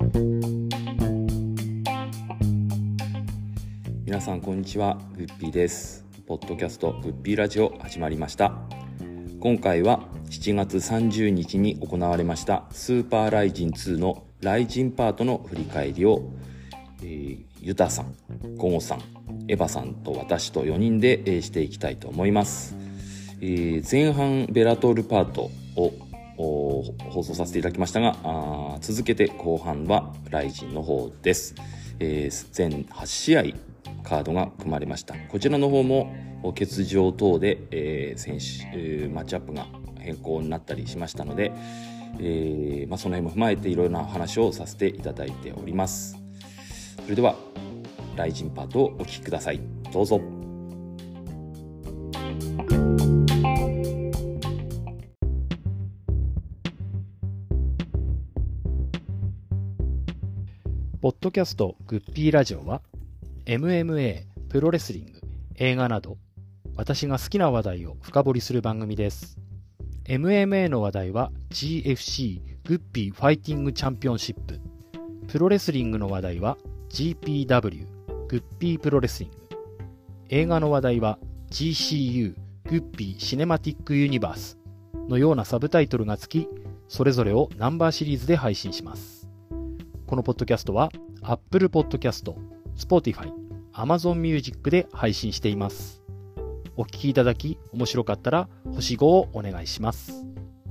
皆さんこんにちは、グッピーです。ポッドキャストグッピーラジオ始まりました。今回は7月30日に行われましたスーパーライジン2のライジンパートの振り返りを、ユタさん、ゴゴさん、エヴァさんと私と4人で、していきたいと思います。前半ベラトールパートを放送させていただきましたが、続けて後半はライジンの方です。全8試合カードが組まれました。こちらの方も欠場等で、選手マッチアップが変更になったりしましたので、その辺も踏まえていろいろな話をさせていただいております。それではライジンパートをお聞きください。どうぞ。 ポッドキャストグッピーラジオは MMA、プロレスリング、映画など私が好きな話題を深掘りする番組です。 MMA の話題は GFC グッピーファイティングチャンピオンシップ、プロレスリングの話題は GPW グッピープロレスリング、映画の話題は GCU グッピーシネマティックユニバースのようなサブタイトルがつき、それぞれをナンバーシリーズで配信します。このポッドキャストは Apple Podcast、Spotify、Amazon Music で配信しています。お聞きいただき面白かったら星5をお願いします。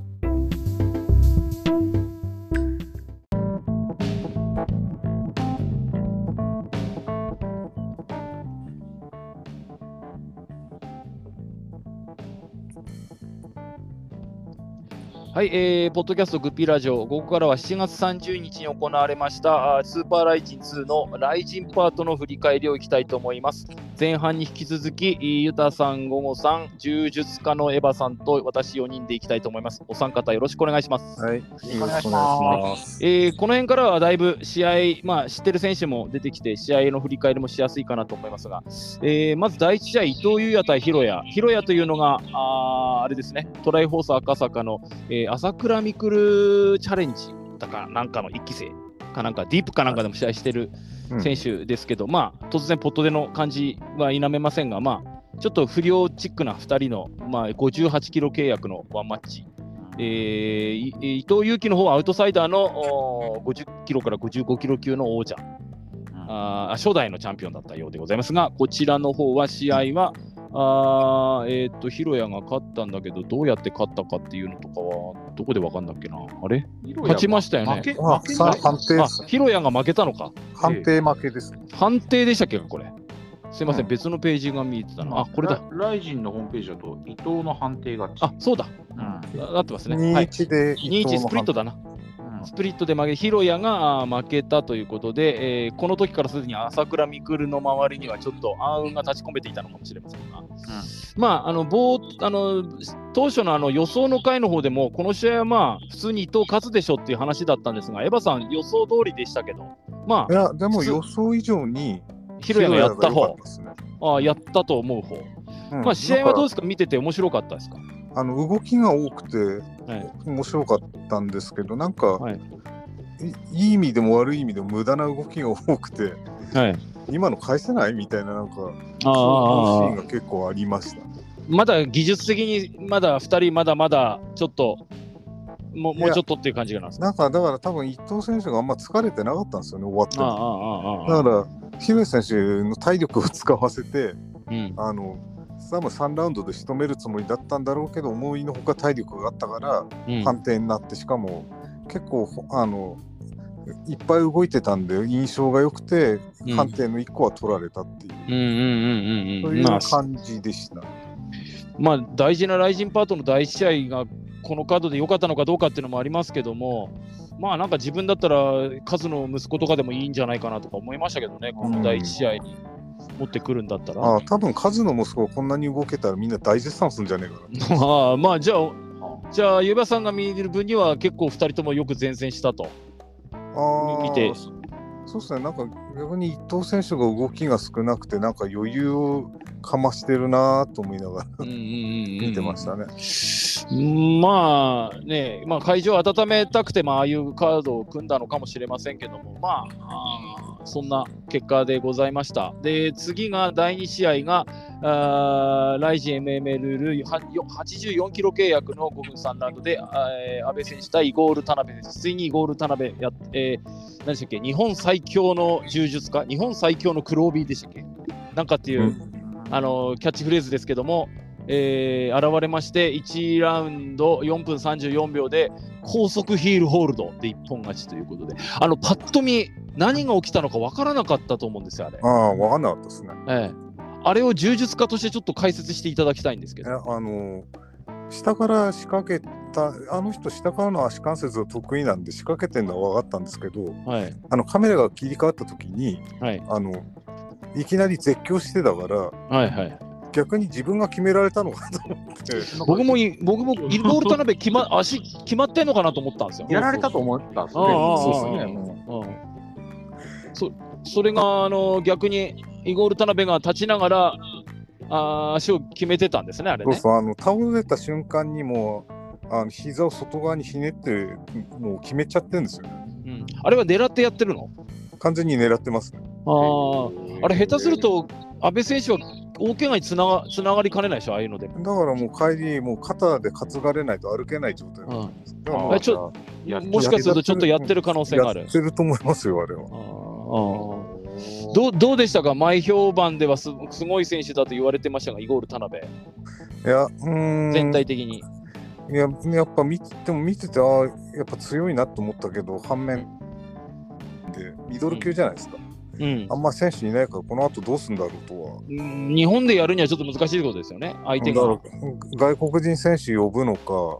はい、ポッドキャストグッピーラジオ、ここからは7月30日に行われましたスーパーライジン2のライジンパートの振り返りをいきたいと思います。前半に引き続きユタさん、ゴゴさん、柔術家のエヴァさんと私4人でいきたいと思います。お三方よろしくお願いします。 はい、よろしくお願いします。 この辺からはだいぶ試合、知ってる選手も出てきて試合の振り返りもしやすいかなと思いますが、まず第1試合、伊藤優也対ヒロヤというのがあれですね、トライフォース赤坂の、朝倉未来チャレンジだかなんかの1期生かなんかディープかなんかでも試合してる選手ですけど、突然ポットでの感じは否めませんが、ちょっと不良チックな2人の、58キロ契約のワンマッチ、伊藤有希の方はアウトサイダーの50キロから55キロ級の王者、初代のチャンピオンだったようでございますが、こちらの方は試合はヒロヤが勝ったんだけど、どうやって勝ったかっていうのとかはどこで分かんだっけな。あれ勝ちましたよね。 判定です。 ヒロヤが負けたのか。 判定負けです。 判定でしたっけこれ。すいません、別のページが見えてたの。これだ。 ライジンのホームページだと伊藤の判定がそうだ。なってますね。 2-1で 2-1スプリットだな。スプリットで負け、ヒロヤが負けたということで、この時からすでに朝倉未来の周りにはちょっと暗雲が立ち込めていたのかもしれませんが、当初の予想の回の方でも、この試合は普通に伊藤勝つでしょっていう話だったんですが、エヴァさん、予想通りでしたけど、 いや、でも予想以上にヒロヤがやった方、やったと思う方、試合はどうですか、見てて面白かったですか？ 動きが多くて面白かったんですけど、なんか、いい意味でも悪い意味でも無駄な動きが多くて、今の返せないみたいな、なんかそういうシーンが結構ありました。 まだ技術的にまだ2人まだまだちょっともうちょっとっていう感じがなんですか？ なんかだから多分伊藤選手があんま疲れてなかったんですよね、終わっても。だから姫選手の体力を使わせて、多分3ラウンドで仕留めるつもりだったんだろうけど、思いのほか体力があったから判定になって、しかも結構いっぱい動いてたんで印象が良くて、判定の1個は取られたっていう、そういう感じでした。 大事なライジンパートの第1試合がこのカードで良かったのかどうかっていうのもありますけども、なんか自分だったらカズの息子とかでもいいんじゃないかなとか思いましたけどね、この第1試合に持ってくるんだったら。 多分カズの息子こんなに動けたらみんな大絶賛するんじゃねえかな。 じゃあユバさんが見る分には結構2人ともよく前線したと見て。 そうですね、なんか逆に伊藤選手が動きが少なくて、なんか余裕かましてるなと思いながら見てましたね。 まあね、会場を温めたくてああいうカードを組んだのかもしれませんけども、そんな結果でございました。で、次が第2試合がライジン MMA ルール84キロ契約の5分3ラウンドで阿部選手対イゴール・田辺です。ついにイゴール・田辺何でしたっけ、日本最強の柔術家、日本最強の黒帯でしたっけ、なんかっていう、キャッチフレーズですけども、現れまして1ラウンド4分34秒で高速ヒールホールドで一本勝ちということで、パッと見何が起きたのか分からなかったと思うんですよ、あれ。 分かんなかったですね。 あれを柔術家としてちょっと解説していただきたいんですけど。 下から仕掛けた、人下からの足関節が得意なんで仕掛けてるのは分かったんですけど、カメラが切り替わった時に、いきなり絶叫してたから、逆に自分が決められたのかと思って僕もイゴール・田辺足決まってんのかなと思ったんですよ。 やられたと思ったんですね。 それが逆にイゴール・田辺が立ちながら足を決めてたんですね、あれね。 倒れた瞬間にも膝を外側にひねってもう決めちゃってるんですよね。 あれは狙ってやってるの？ 完全に狙ってますね。 あれ下手すると阿部選手は大怪我につながりかねないでしょ、ああいうので。 だからもう帰りもう肩で担がれないと歩けない状態なんです。 もしかするとちょっとやってる可能性がある。 やってると思いますよ、あれは。 どうでしたか？前評判ではすごい選手だと言われてましたが、イゴール・田辺。全体的に。 やっぱ見ててやっぱ強いなと思ったけど、反面でミドル級じゃないですか。あんま選手いないからこの後どうするんだろうとは。 日本でやるにはちょっと難しいことですよね、相手が。 外国人選手呼ぶのか、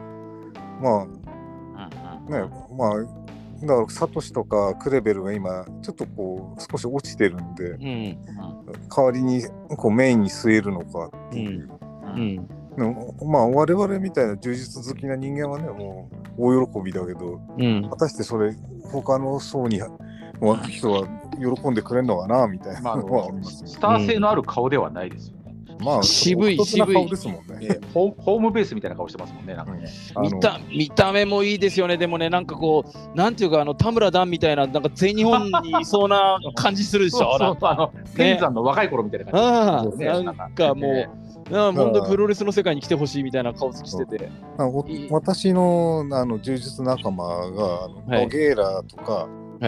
だからサトシとかクレベルが今ちょっと少し落ちてるんで、代わりにメインに据えるのかっていう。我々みたいな柔術好きな人間はね、もう大喜びだけど、果たしてそれ他の層に人は喜んでくれるのかなみたいなのはあります。 スター性のある顔ではないですよね。 渋い顔ですもんね。 ホームベースみたいな顔してますもんね。なんかね、 見た目もいいですよね。でもね、なんかなんていうか田村段みたいな、なんか全日本にいそうな感じするでしょ。 天山の若い頃みたいな感じですね。 なんかもう。本当にプロレスの世界に来てほしいみたいな顔つきしてて、 私の柔術仲間がノゲーラとか、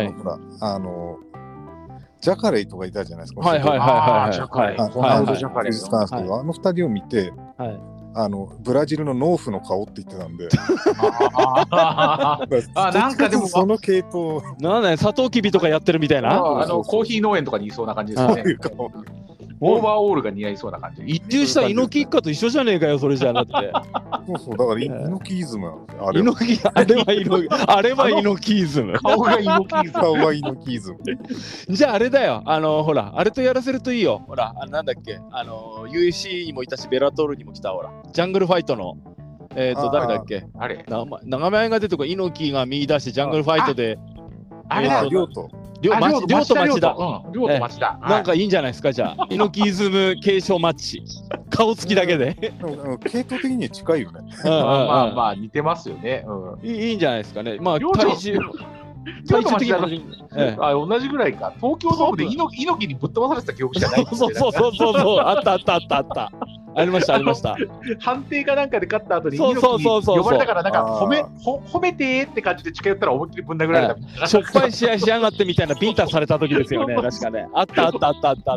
ジャカレイとかいたじゃないですか。 ジャカレイ。 柔術家なんですけど、二人を見て、ブラジルの農夫の顔って言ってたんで。 なんかでもその系統。 なんだよ、サトウキビとかやってるみたいな。 コーヒー農園とかにいそうな感じですね。オーバーオールが似合いそうな感じ。 一周した猪木一家と一緒じゃねえかよ、それじゃなくて。 そうだから猪木イズムなんですよ。 あれは猪木イズム。 顔が猪木イズム。 じゃああれだよ。ほら、あれとやらせるといいよ。ほら、なんだっけ。UFC にもいたし、ベラトールにも来た、ほら。ジャングルファイトの。誰だっけ。 あれ。 長前が出てこ猪木が見出して、ジャングルファイトで。 あれだ、亮と町田。 なんかいいんじゃないですか、じゃあ。猪木イズム継承マッチ。顔つきだけで。 系統的に近いよね。 まあ似てますよね。 いいんじゃないですかね。まあ体重的に同じぐらいか。東京ドームで猪木にぶっ飛ばされてた記憶じゃない。 そう。あった。ありました。 判定かなんかで勝った後に猪木に呼ばれたから、なんか褒めてって感じで近寄ったら思いっきりぶん殴られた。 しょっぱい試合しやがってみたいなビンタされた時ですよね、確かね。あった。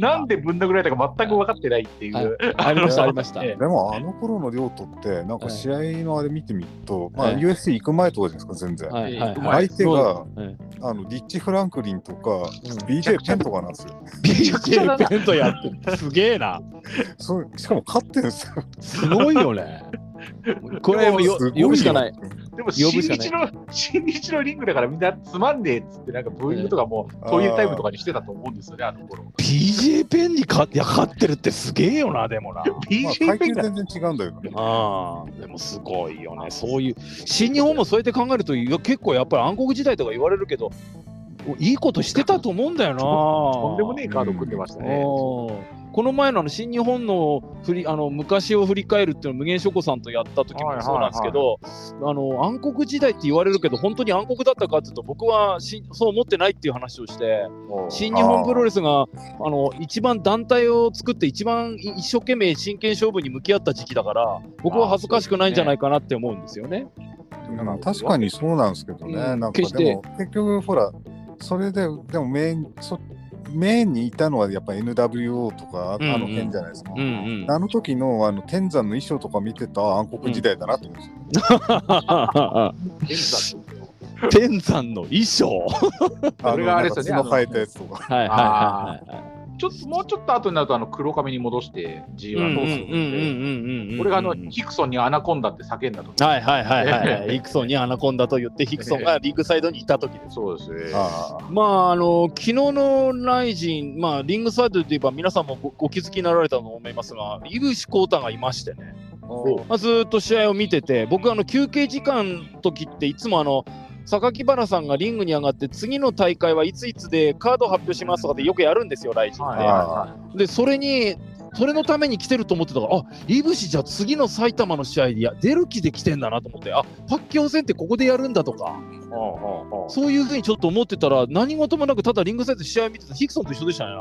なんでぶん殴られたか全く分かってないっていう。 ありました。 でもあの頃の亮とってなんか試合のあれ見てみると、UFC 行く前とかじゃないですか、全然。相手がリッチ・フランクリンとか BJ ペンとかなんですよ。 BJ ペンとやってすげえな。 しかも勝ってるんですよ。 すごいよね。これ呼ぶしかない。 でも新日のリングだからみんなつまんねえっつってなんかブーイングとかもトイレタイムとかにしてたと思うんですよね、あの頃。 BJ ペンに勝ってるってすげえよな、でもな。 BJ ペン全然違うんだよね。 でもすごいよね。そういう新日本もそうやって考えると結構やっぱり暗黒時代とか言われるけどいいことしてたと思うんだよな。 とんでもねえカード組んでましたね。 ここの前の新日本の昔を振り返るっていうのを無限ショコさんとやった時もそうなんですけど、暗黒時代って言われるけど本当に暗黒だったかっていうと僕はそう思ってないっていう話をして、新日本プロレスが一番団体を作って一番一生懸命真剣勝負に向き合った時期だから僕は恥ずかしくないんじゃないかなって思うんですよね。 確かにそうなんですけどね、なんかでも結局ほらそれでもメインにいたのはやっぱ NWO とかあの辺じゃないですか。あの時の天山の衣装とか見てた暗黒時代だなと思うんですよ。 天山の衣装それがあれですよね。 角生えたやつとか。 もうちょっと後になると黒髪に戻して G1 どうするんで、これがヒクソンにアナコンダって叫んだ時、 ヒクソンにアナコンダと言ってヒクソンがリングサイドにいた時です。 そうですね。 昨日のライジン、リングサイドで言えば皆さんもご気づきになられたと思いますが、井伏浩太がいましてね、ずっと試合を見てて、僕休憩時間の時っていつも榊原さんがリングに上がって次の大会はいついつでカード発表しますとかでよくやるんですよ、ライジンって。でそれのために来てると思ってたから、井伏じゃあ次の埼玉の試合で出る気で来てんだなと思って、パッキャオ戦ってここでやるんだとか、そういうふうにちょっと思ってたら何事もなくただリングサイドで試合見てたヒクソンと一緒でしたね。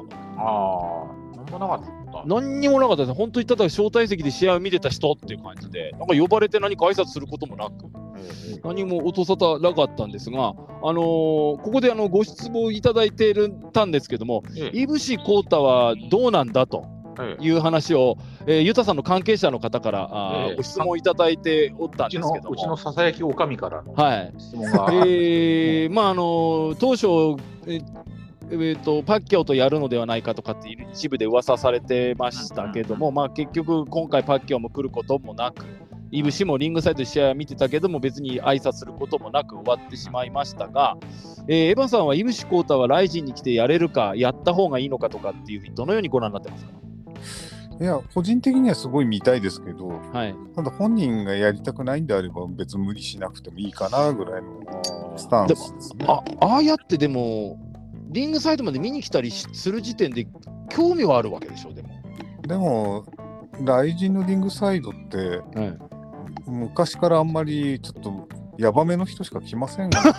何にもなかったです。本当にただ招待席で試合を見てた人っていう感じで、なんか呼ばれて何か挨拶することもなく、何も音沙汰なかったんですが、ここでご質問いただいてたんですけども、井伏浩太はどうなんだという話を、ユタさんの関係者の方からご質問いただいておったんですけども、 うちのささやきおかみからの質問が、 当初パッキャオとやるのではないかとかって一部で噂されてましたけども、結局今回パッキャオも来ることもなく、井伏もリングサイドで試合を見てたけども別に挨拶することもなく終わってしまいましたが、エヴァさんは井伏浩太はライジンに来てやれるかやった方がいいのかとかっていうふうにどのようにご覧になってますか？ いや個人的にはすごい見たいですけど、ただ本人がやりたくないんであれば別に無理しなくてもいいかなぐらいのスタンスですね。 ああやってでもリングサイドまで見に来たりする時点で興味はあるわけでしょ。 でもライジンのリングサイドって、昔からあんまりちょっとヤバめの人しか来ませんが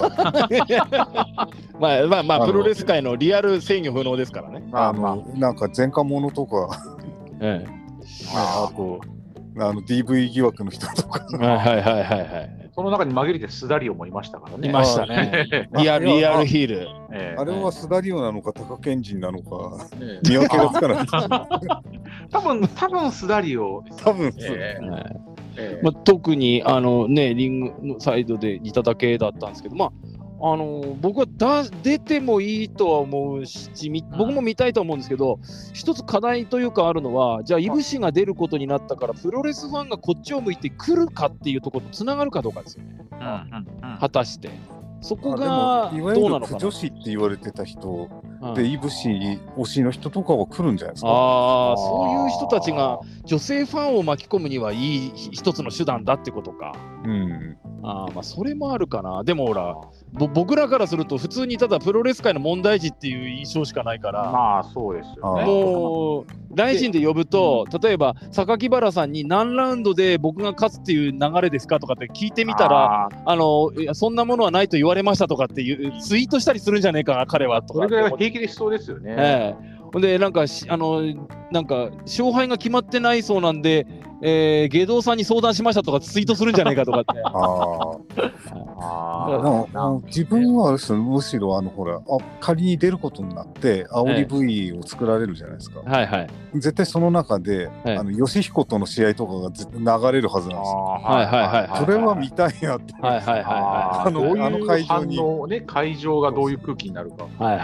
プロレス界のリアル制御不能ですからね。 なんか前科者とかあとDV 疑惑の人とかその中に紛れてスダリオもいましたからね。 いましたね。リアルヒール。 あれはスダリオなのか高賢人なのか見分けがつかない多分スダリオ。 特にリングのサイドでいただけだったんですけど、僕は出てもいいとは思うし、僕も見たいと思うんですけど、一つ課題というかあるのは、じゃあ井伏が出ることになったからプロレスファンがこっちを向いてくるかっていうところとつながるかどうかですよね。果たしてそこがいわゆる女子って言われてた人で井伏推しの人とかは来るんじゃないですか。 そういう人たちが女性ファンを巻き込むにはいい一つの手段だってことか。それもあるかな。でもほら僕らからすると普通にただプロレス界の問題児っていう印象しかないから、 そうですよね。 もうライジンで呼ぶと、例えば榊原さんに何ラウンドで僕が勝つっていう流れですかとかって聞いてみたら、そんなものはないと言われましたとかっていうツイートしたりするんじゃねえかな彼はとか。 それぐらいは平気でしそうですよね。 でなんか勝敗が決まってないそうなんで、外道さんに相談しましたとかツイートするんじゃないかとかって。 自分はむしろほら仮に出ることになって煽り V を作られるじゃないですか。絶対その中で義彦との試合とかが流れるはずなんですよ。それは見たいなって。 会場がどういう空気になるか。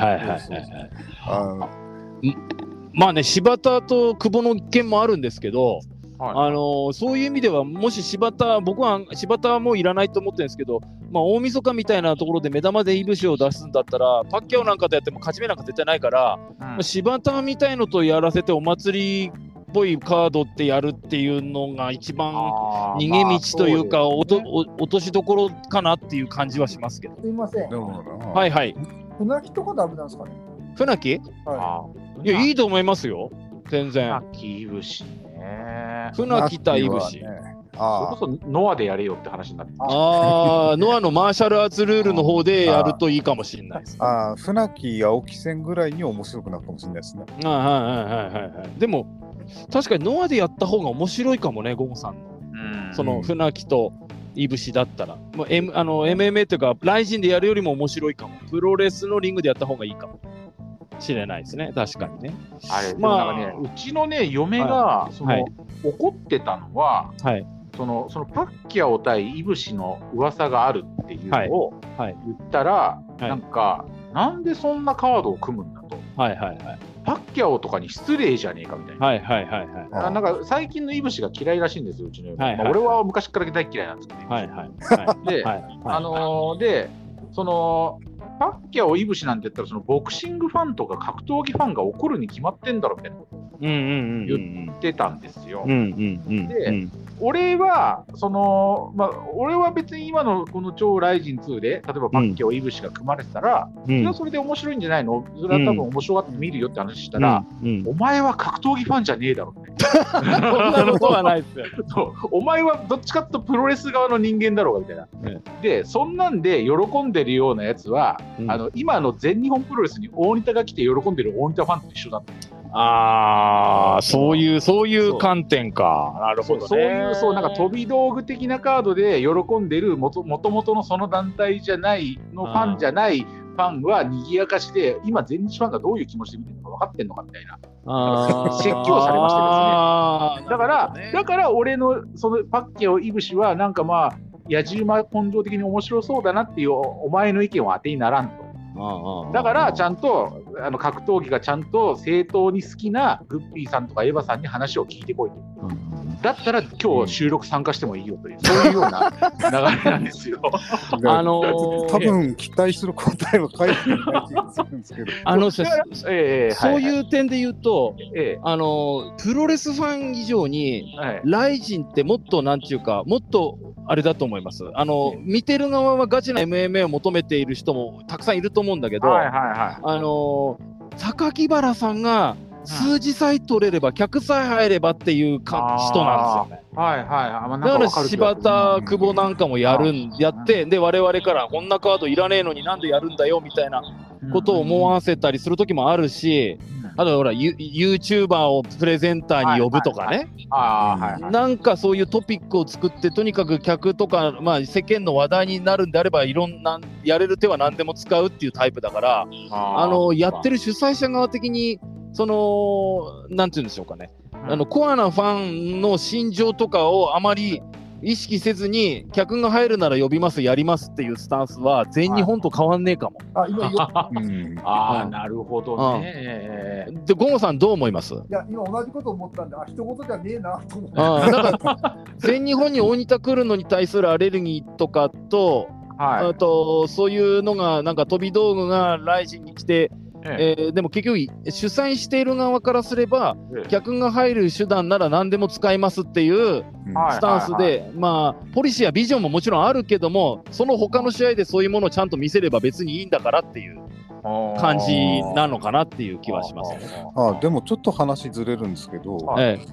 柴田と久保の件もあるんですけど、そういう意味ではもし僕は柴田はもういらないと思ってるんですけど、大晦日みたいなところで目玉で井伏を出すんだったらパッキャオなんかとやっても勝ち目なんか絶対ないから、柴田みたいのとやらせてお祭りっぽいカードってやるっていうのが一番逃げ道というか落としどころかなっていう感じはしますけど。 すいません。 船木とかダメなんですかね。 船木？いやいいと思いますよ。 全然。 船木いぶしね。 船木対いぶし。 それこそノアでやれよって話になってました。 ノアのマーシャルアーツルールの方でやるといいかもしれないです。 船木青木戦ぐらいに面白くなるかもしれないですね。 でも確かにノアでやった方が面白いかもね、ゴゴさんの。その船木といぶしだったら、MMA というかライジンでやるよりも面白いかも。プロレスのリングでやった方がいいかもしれないですね。確かにね。 あれ、まあね、うちのね嫁が怒ってたのは、そのパッキャオ対イブシの噂があるっていうのを言ったら、なんでそんなカードを組むんだと。パッキャオとかに失礼じゃねえかみたいな。なんか最近のイブシが嫌いらしいんですよ、うちの嫁。俺は昔から大嫌いなんですけど。で、そのパッキャオイブシなんて言ったら、そのボクシングファンとか格闘技ファンが怒るに決まってんだろみたいなことを言ってたんですよ。で、俺は俺は別に今のこの超ライジン2で例えばパッキャオイブシが組まれてたら、それはそれで面白いんじゃないの？それは多分面白がって見るよって話したら、お前は格闘技ファンじゃねえだろって。 そんなことはないですよ。 お前はどっちかっていうとプロレス側の人間だろうがみたいな。で、そんなんで喜んでるようなやつは、今の全日本プロレスに大仁田が来て喜んでる大仁田ファンと一緒だった。 そういう観点か。なるほどね。 そういうなんか飛び道具的なカードで喜んでるもともとのその団体じゃないのファンじゃないファンは賑やかしで、今全日ファンがどういう気持ちで見てるのか分かってんのかみたいな説教されましてですね。だから俺のそのパッキャオイブシはなんか野じ馬根性的に面白そうだなっていうお前の意見は当てにならんと。だからちゃんと格闘技がちゃんと正当に好きなグッピーさんとかエヴァさんに話を聞いてこいと。だったら今日収録参加してもいいよという、そういうような流れなんですよ。 多分期待する答えは書いてない気がするんですけど。 そういう点で言うと、プロレスファン以上に、ライジンってもっとなんていうか、もっとあれだと思います。見てる側はガチな MMA を求めている人もたくさんいると思うんだけど、榊原さんが数字さえ取れれば、客さえ入ればっていう人なんですよね。だから柴田、久保なんかもやって、で我々からこんなカードいらねえのになんでやるんだよみたいなことを思わせたりする時もあるし、あとほらYouTuber をプレゼンターに呼ぶとかね、なんかそういうトピックを作って、とにかく客とか、世間の話題になるんであればいろんなやれる手は何でも使うっていうタイプだから、やってる主催者側的になんていうんでしょうかね、コアなファンの心情とかをあまり意識せずに、客が入るなら呼びます、やりますっていうスタンスは全日本と変わんねえかも。 なるほどね。 で、ゴゴさんどう思います？いや、今同じこと思ったんで、一言じゃねえなと思って。 なんか全日本に大仁田来るのに対するアレルギーとかと、あとそういうのがなんか飛び道具がライジンに来て、でも結局主催している側からすれば、客が入る手段なら何でも使いますっていうスタンスで、ポリシーやビジョンももちろんあるけども、その他の試合でそういうものをちゃんと見せれば別にいいんだからっていう感じなのかなっていう気はしますね。 でもちょっと話ずれるんですけど、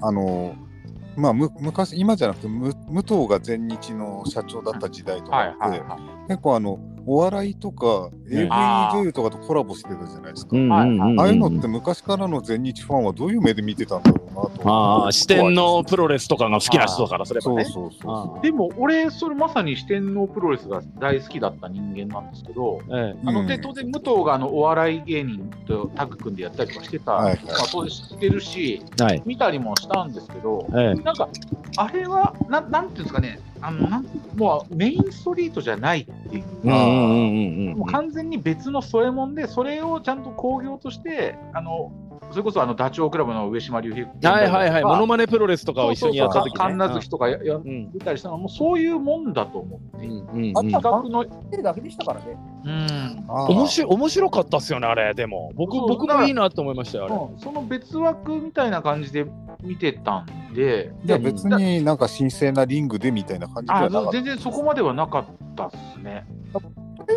昔、今じゃなくて武藤が全日の社長だった時代とかって結構お笑いとか AV 女優とかとコラボしてたじゃないですか。ああいうのって昔からの全日ファンはどういう目で見てたんだろうなと。 四天王プロレスとかが好きな人からすればね。 でも俺それまさに四天王プロレスが大好きだった人間なんですけど、で当然武藤がお笑い芸人とタッグ組んでやったりとかしてた、当然知ってるし、見たりもしたんですけど、なんかあれはなんていうんですかね、もうメインストリートじゃないっていう、もう完全に別の添えもんで、それをちゃんと興行としてそれこそダチョウ倶楽部の上島竜兵モノマネプロレスとかを一緒にやった時ね、 神奈月とかやったりしたのもそういうもんだと思って、 企画のだけでしたからね。 面白かったっすよね、あれ。でも僕もいいなと思いましたよ、あれ。 その別枠みたいな感じで見てたんで、 いや別になんか神聖なリングでみたいな感じではなかった。 全然そこまではなかったっすね。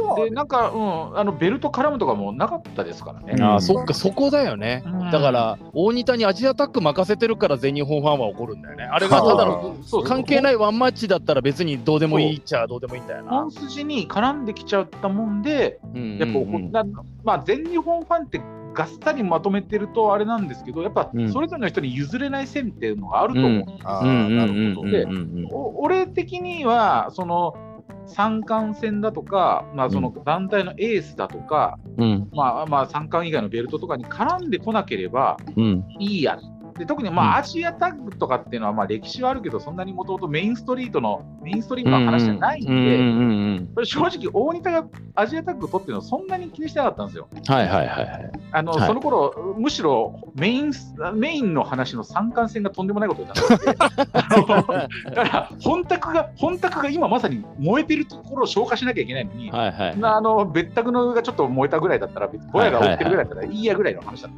でなんか、ベルト絡むとかもなかったですからね。 そっか、そこだよね。だから大仁田にアジアタック任せてるから全日本ファンは怒るんだよね。あれがただの関係ないワンマッチだったら別にどうでもいいっちゃどうでもいいんだよな。 本筋に絡んできちゃったもんで、やっぱ全日本ファンってがっさりまとめてるとあれなんですけど、やっぱそれぞれの人に譲れない線っていうのがあると思う。なるほど。で、俺的にはその三冠戦だとか、その団体のエースだとか、三冠以外のベルトとかに絡んでこなければいいや。で特にアジアタッグとかっていうのは歴史はあるけど、そんなにもともとメインストリームの話じゃないんで、これ正直大仁田がアジアタッグ取ってるのそんなに気にしてなかったんですよ。その頃むしろメインの話の三冠戦がとんでもないことになっててだから本宅が今まさに燃えてるところを消化しなきゃいけないのに、別宅のがちょっと燃えたぐらいだったら、ぼやが追ってるぐらいだったらいいやぐらいの話だった。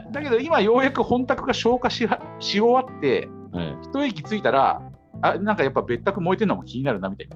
だけど今ようやく本宅が消化し終わって、一息ついたら、なんかやっぱ別宅燃えてるのも気になるなみたい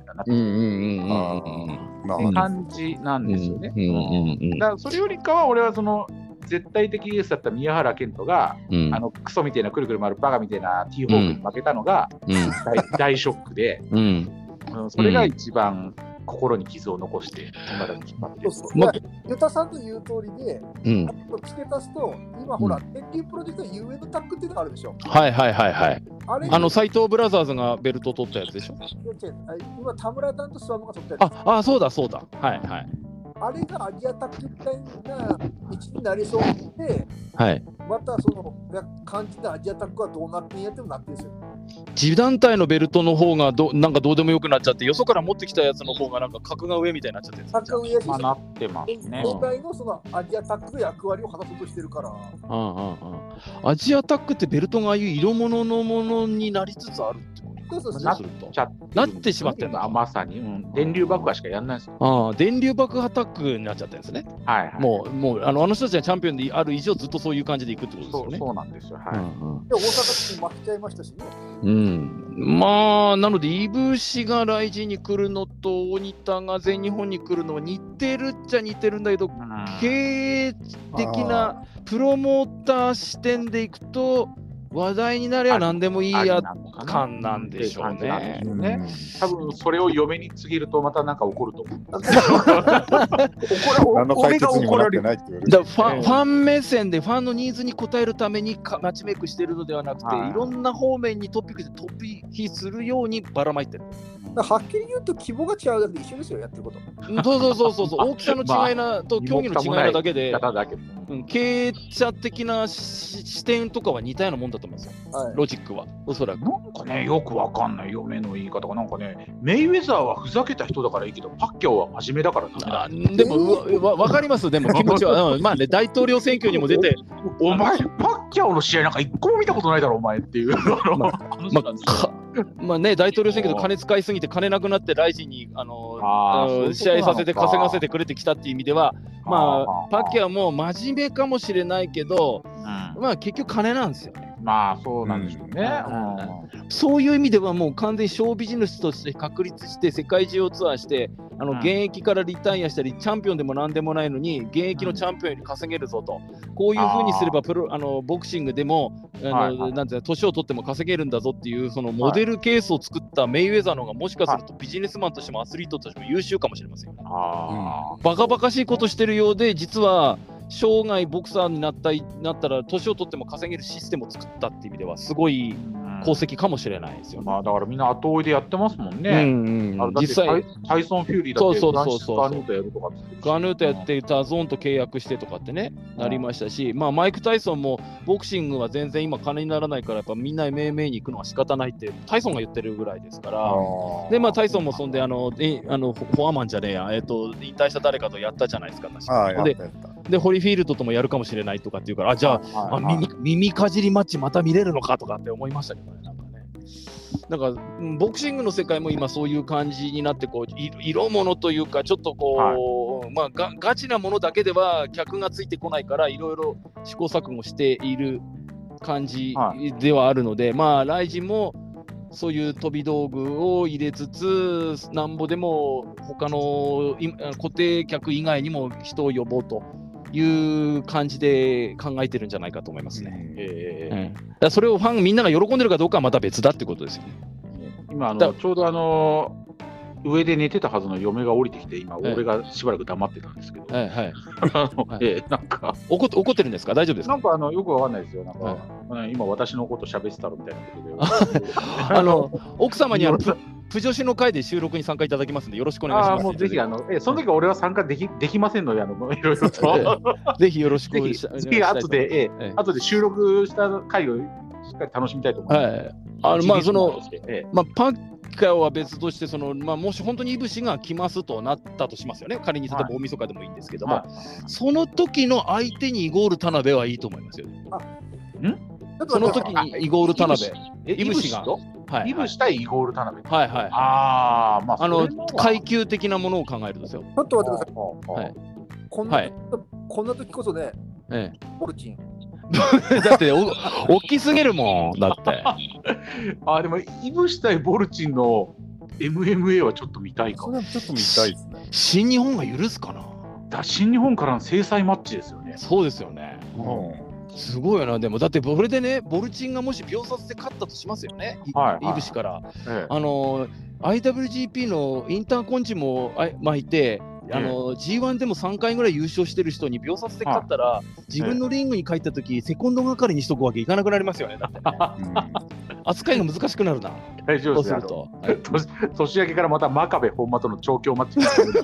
な感じなんですよね。だからそれよりかは俺はその絶対的エースだった宮原健人が、クソみたいなくるくる回るバカみたいなティーホークに負けたのが、大ショックで、それが一番心に傷を残して今だに引っ張ってる。 ユタさんの言う通りで、付け足すと、今ほら、電流プロジェクト UN タックっていうのがあるでしょ。 斎藤ブラザーズがベルト取ったやつでしょ。 今、田村団とスワムが取ったやつ。 そうだ。 あれがアジアタックみたいな道になりそうで、またその感じでアジアタックはどうなってんやってもなってるんですよ。 自団体のベルトの方がなんかどうでもよくなっちゃって、よそから持ってきたやつの方がなんか格が上みたいになっちゃってる。 格が上になってますね。 今回のそのアジアタックの役割を果たそうとしてるから。 アジアタックってベルトがああいう色物のものになりつつあるってこと。なってしまってるの。 まさに、電流爆破しかやんないですよ。 電流爆破タックになっちゃってるんですね。もうあの人たちがチャンピオンである以上ずっとそういう感じでいくってことですよね。 そうなんですよ。 で大阪に負けちゃいましたしね。 なのでイブシがライジンに来るのと大仁田が全日本に来るのは似てるっちゃ似てるんだけど、経営的なプロモーター視点でいくと話題になれば何でもいいや感なんでしょうね。 多分それを嫁に告げるとまたなんか怒ると思う。 俺が怒られる。ファン目線でファンのニーズに応えるためにマッチメイクしているのではなくて、いろんな方面にトピックで飛びするようにばらまいてる。 はっきり言うと規模が違うだけで一緒ですよ、やってること。 そう大きさの違いと競技の違いなだけで、経営者的な視点とかは似たようなもんだと思うんですよ、ロジックは。おそらくなんかね、よくわかんない嫁の言い方がなんかね、メイウェザーはふざけた人だからいいけど、パッキャオは真面目だからダメだ。 でもわかります、でも気持ちは。大統領選挙にも出て、 お前、パッキャオの試合なんか一個も見たことないだろ、お前っていう。 大統領選挙で金使いすぎて金なくなってライジンに試合させて稼がせてくれてきたっていう意味では、パッキャオも真面目かもしれないけど、結局金なんですよね。 そうなんでしょうね。 そういう意味ではもう完全にショービジネスとして確立して世界中をツアーして現役からリタイアしたりチャンピオンでもなんでもないのに現役のチャンピオンより稼げるぞと、こういう風にすればボクシングでもなんて年を取っても稼げるんだぞっていうそのモデルケースを作ったメイウェザーの方がもしかするとビジネスマンとしてもアスリートとしても優秀かもしれませんよね。バカバカしいことしてるようで実は生涯ボクサーになったら年を取っても稼げるシステムを作ったっていう意味ではすごい功績かもしれないですよね。 だからみんな後追いでやってますもんね。実際タイソン・フューリーだってガヌートやるとかガヌートやってダゾーンと契約してとかってねなりましたし、マイク・タイソンもボクシングは全然今金にならないからやっぱみんな MMA に行くのは仕方ないってタイソンが言ってるぐらいですから。でタイソンもそんでフォアマンじゃねえや引退した誰かとやったじゃないですか確かでホリフィールドともやるかもしれないとかっていうからじゃあ耳かじりマッチまた見れるのかとかって思いましたけどね。なんかボクシングの世界も今そういう感じになって色物というかちょっとガチなものだけでは客がついてこないからいろいろ試行錯誤している感じではあるので、ライジンもそういう飛び道具を入れつつ、なんぼでも他の固定客以外にも人を呼ぼうという感じで考えてるんじゃないかと思いますね。だそれをファンみんなが喜んでるかどうかはまた別だってことですよね。 今ちょうど上で寝てたはずの嫁が降りてきて、今、俺がしばらく黙ってたんですけど、なんか怒ってるんですか、大丈夫ですか。 なんかよくわかんないですよ、なんか、今、私のこと喋ってたろみたいなことで、 奥様にプ女子の会で収録に参加いただきますので、よろしくお願いします。 もうぜひ、その時は俺は参加できませんので、いろいろと。 ぜひよろしくお願いします。後で収録した回をしっかり楽しみたいと思います。 パッカーは別として、もし本当にいぶしが来ますとなったとしますよね。仮に例えば大晦日でもいいんですけども、その時の相手にイゴール田辺はいいと思いますよ。その時にイゴール田辺、いぶしが。 いぶし対イゴール田辺。 階級的なものを考えるんですよ。 ちょっと待ってください。こんな時こそね、ボルチン。 だって大きすぎるもん、だって。 でもいぶし対ボルチンの MMA はちょっと見たいか。 それはちょっと見たいですね。 新日本が許すかな。 新日本からの制裁マッチですよね。 そうですよね。すごいよな。でもだってこれでね、ボルチンがもし秒殺で勝ったとしますよね、いぶしから。IWGP のインターコンチも巻いて、G1 でも3回ぐらい優勝してる人に秒殺で勝ったら、自分のリングに帰った時セコンド係にしとくわけいかなくなりますよね。だってね扱いが難しくなるな。 大丈夫ですよ。年明けからまた真壁本間との調教マッチ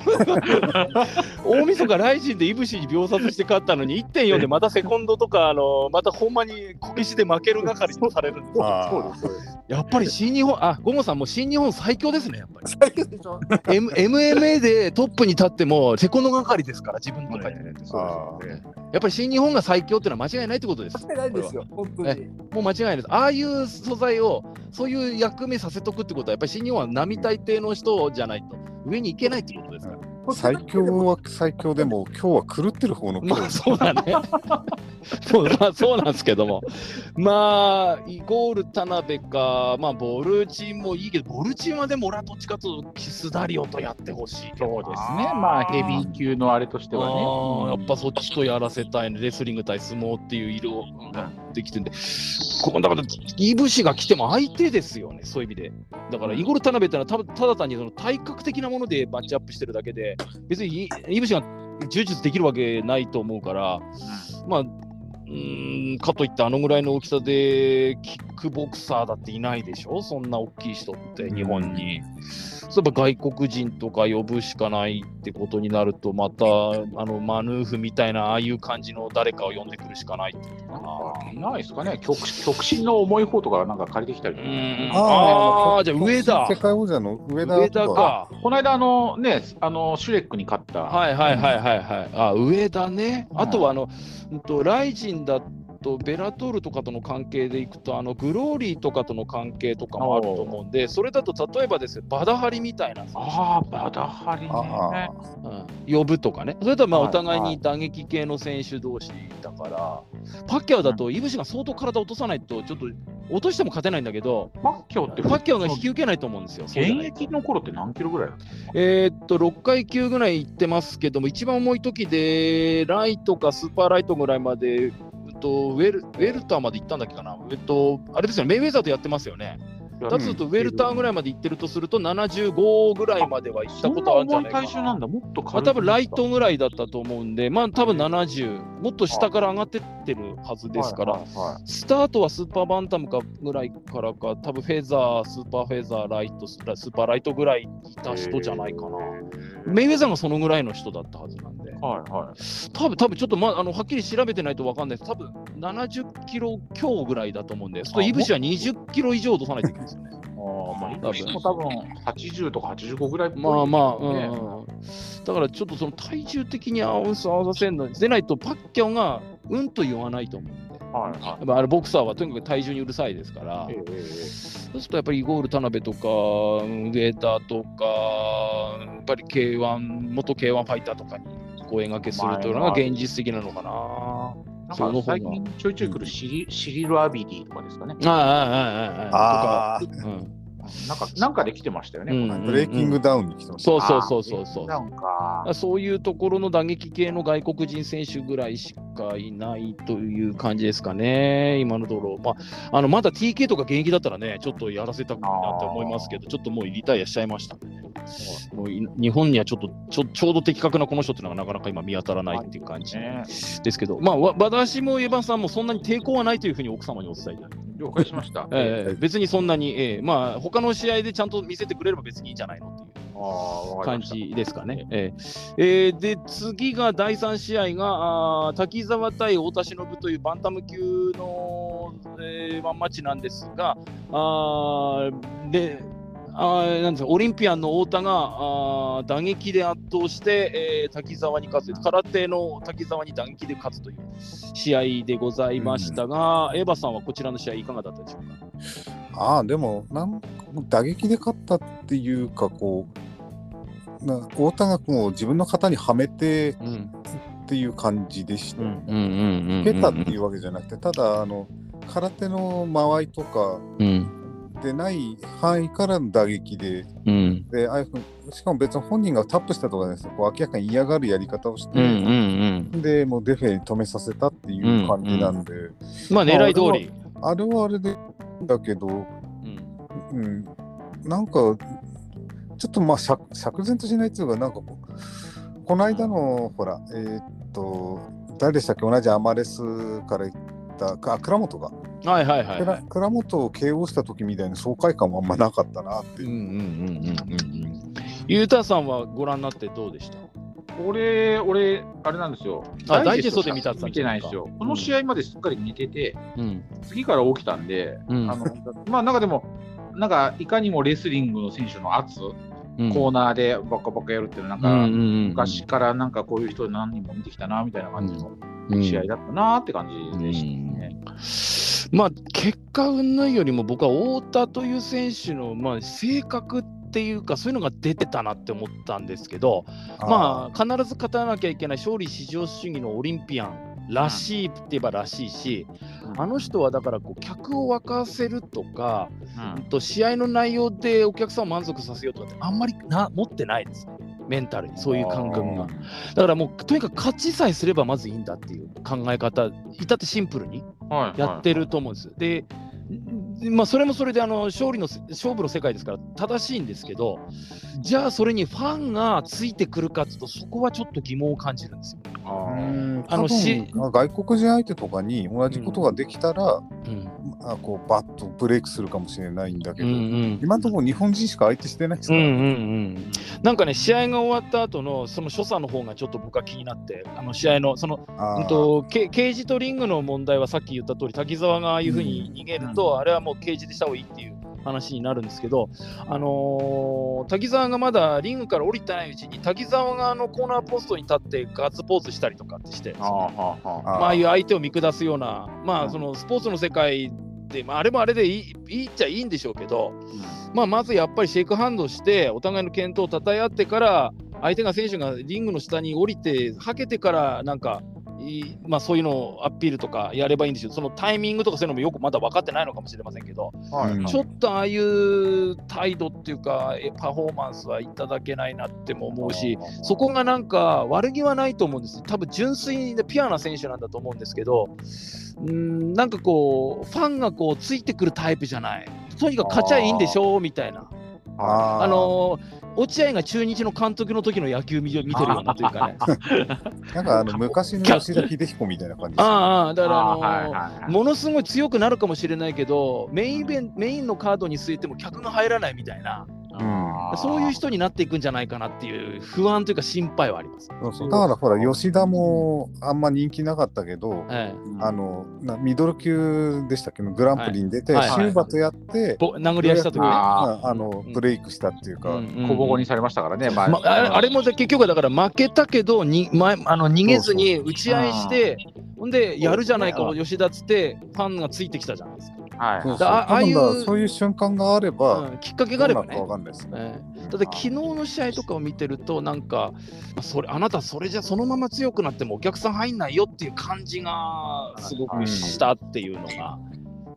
大晦日ライジンでいぶしに秒殺して勝ったのに 1.4 でまたセコンドとかまた本間にこけしで負ける係にされるんですよ。やっぱり新日本、ゴモさんも新日本最強ですね。やっぱり最強でしょ。 MMA でトップに立ってもセコンド係ですから、自分とかやっぱり新日本が最強っていうのは間違いないってことです。 間違いないですよ、本当に。 もう間違いないです。ああいう素材をそういう役目させとくってことは、やっぱり新日本は並大抵の人じゃないと上に行けないってことですから。 最強は最強でも今日は狂ってる方のそうだねそうなんですけども、イゴール田辺か、ボルチンもいいけど、ボルチンはでも俺はどっちかというとキスダリオとやってほしい。 そうですね。ヘビー級のあれとしてはね、やっぱそっちとやらせたいね。レスリング対相撲っていう色ができてるんで、だからいぶしが来ても相手ですよね、そういう意味で。だからイゴール田辺ってのはただ単にその体格的なものでマッチアップしてるだけで、別にいぶしが柔術できるわけないと思うから、かといってあのぐらいの大きさでキックボクサーだっていないでしょ、そんな大きい人って日本に。そういえば外国人とか呼ぶしかないってことになると、またマヌーフみたいなああいう感じの誰かを呼んでくるしかないってことかな。ないですかね。極真の重い方とかなんか借りてきたりとか。 じゃあ上田。 世界王者の上田か。 この間シュレックに勝った。 上田ね。あとはライジンだとベラトールとかとの関係でいくとグローリーとかとの関係とかもあると思うんで、それだと例えばですよ、バダハリみたいなバダハリね、 呼ぶとかね。それとはお互いに打撃系の選手同士だから、パッキャオだといぶしが相当体落とさないとちょっと落としても勝てないんだけど、 パッキャオが引き受けないと思うんですよ。 現役の頃って何キロぐらいだったの ？6階級ぐらいいってますけども、一番重い時でライトかスーパーライトぐらいまでウェルターまで行ったんだっけかな。あれですよね、メイウェザーとやってますよね。だとするとウェルターぐらいまで行ってるとすると75ぐらいまでは行ったことあるんじゃないかな。 そんな重い体重なんだ。もっと軽い。 多分ライトぐらいだったと思うんで、多分70、もっと下から上がってってるはずですから、スタートはスーパーバンタムかぐらいからか、多分フェザー、スーパーフェザー、ライト、スーパーライトぐらいいた人じゃないかな。メイウェザーがそのぐらいの人だったはずなんで、多分ちょっとはっきり調べてないと分かんないです。多分70キロ強ぐらいだと思うんで、そういぶしは20キロ以上落とさないといけないですよね。 多分80とか85ぐらいっぽい、 だからちょっとその体重的にアウンス合わせるのでないとパッキャオがうんと言わないと思うんで、ボクサーはとにかく体重にうるさいですから、そうするとやっぱりイゴール田辺とか上田とかやっぱり 元 K1 ファイターとかに声掛けするというのが現実的なのかな。 最近ちょいちょい来るシリル・アビディとかですかね。 なんかで来てましたよね。 ブレイキングダウンに来てました。 そういうところの打撃系の外国人選手ぐらいしかいないという感じですかね、今のところ。まだ TK とか現役だったらね、ちょっとやらせたくないなって思いますけど、ちょっともうリタイアしちゃいましたね。もう日本にはちょうど的確なこの人っていうのがなかなか今見当たらないっていう感じですけど、私もエヴァンさんもそんなに抵抗はないというふうに奥様にお伝えいただいて。 了解しました。 別にそんなに、他の試合でちゃんと見せてくれれば別にいいんじゃないのっていう感じですかね。で、次が第3試合が滝沢対太田忍というバンタム級の、ワンマッチなんですが、なんですか、オリンピアンの太田が打撃で圧倒して、滝沢に勝つ、空手の滝沢に打撃で勝つという試合でございましたが、エヴァさんはこちらの試合いかがだったでしょうか。 でも打撃で勝ったっていうか、太田がこう自分の型にはめてっていう感じでした。蹴ったっていうわけじゃなくて、ただ空手の間合いとか、でない範囲からの打撃で、でしかも別に本人がタップしたとかですね、明らかに嫌がるやり方をして、でもうデフェに止めさせたっていう感じなんで、 狙い通りあれはあれでだけど、なんかちょっと釈然としないっていうか、なんかこの間のほら誰でしたっけ、同じアマレスから行った倉本が。倉本を KO した時みたいな爽快感もあんまなかったなっていう。 ゆうたさんはご覧になってどうでした？ 俺あれなんですよ。 ダイジェストで見てないですよ。この試合まですっかり寝てて、次から起きたんで、なんかでもいかにもレスリングの選手の圧、コーナーでバカバカやるっていうのは昔からこういう人何人も見てきたなみたいな感じの試合だったなって感じでしたね。 結果云々よりも僕は太田という選手の性格っていうか、そういうのが出てたなって思ったんですけど、必ず勝たなきゃいけない勝利至上主義のオリンピアンらしいって言えばらしいし、あの人はだから客を沸かせるとか、試合の内容でお客さんを満足させようとかってあんまり持ってないですね、メンタルにそういう感覚が。だからもうとにかく勝ちさえすればまずいいんだっていう考え方、至ってシンプルにやってると思うんです。で、それもそれで勝負の世界ですから正しいんですけど、じゃあそれにファンがついてくるかというと、そこはちょっと疑問を感じるんですよ。 外国人相手とかに同じことができたら、バッとブレイクするかもしれないんだけど、今のところ日本人しか相手してないですからね。 なんかね、試合が終わった後のその所作の方がちょっと僕は気になって、試合のケージとリングの問題はさっき言った通り、滝沢がああいうふうに逃げると、あれはもうケージでした方がいいっていう話になるんですけど、滝沢がまだリングから降りてないうちに滝沢がコーナーポストに立ってガッツポーズしたりとかってして、ああいう相手を見下すような、そのスポーツの世界で、あれもあれでいいっちゃいいんでしょうけど、まずやっぱりシェイクハンドしてお互いの健闘をたたえ合ってから、相手が選手がリングの下に降りてはけてからそういうのをアピールとかやればいいんですよ。そのタイミングとかそういうのもよくまだ分かってないのかもしれませんけど、ちょっとああいう態度っていうかパフォーマンスはいただけないなっても思うし、そこが悪気はないと思うんです。多分純粋でピュアな選手なんだと思うんですけど、ファンがついてくるタイプじゃない。とにかく勝ちゃいいんでしょみたいな。落合が中日の監督の時の野球見てるようなというかね。 昔の吉田秀彦みたいな感じです、ね。 だからものすごい強くなるかもしれないけど、メインのカードに据えても客が入らないみたいな。そういう人になっていくんじゃないかなっていう不安というか心配はあります。 だからほら吉田もあんま人気なかったけど、ミドル級でしたっけどグランプリに出て、シューバとやって殴り合いした時ね、ブレイクしたっていうか、 小ボコにされましたからね。 あれも結局はだから負けたけど逃げずに打ち合いして、ほんでやるじゃないか吉田っつってファンがついてきたじゃないですか。 そういう瞬間があれば、 きっかけがあればね。 わかんないですね。 だって昨日の試合とかを見てるとあなたそれじゃそのまま強くなってもお客さん入んないよっていう感じがすごくしたっていうのが。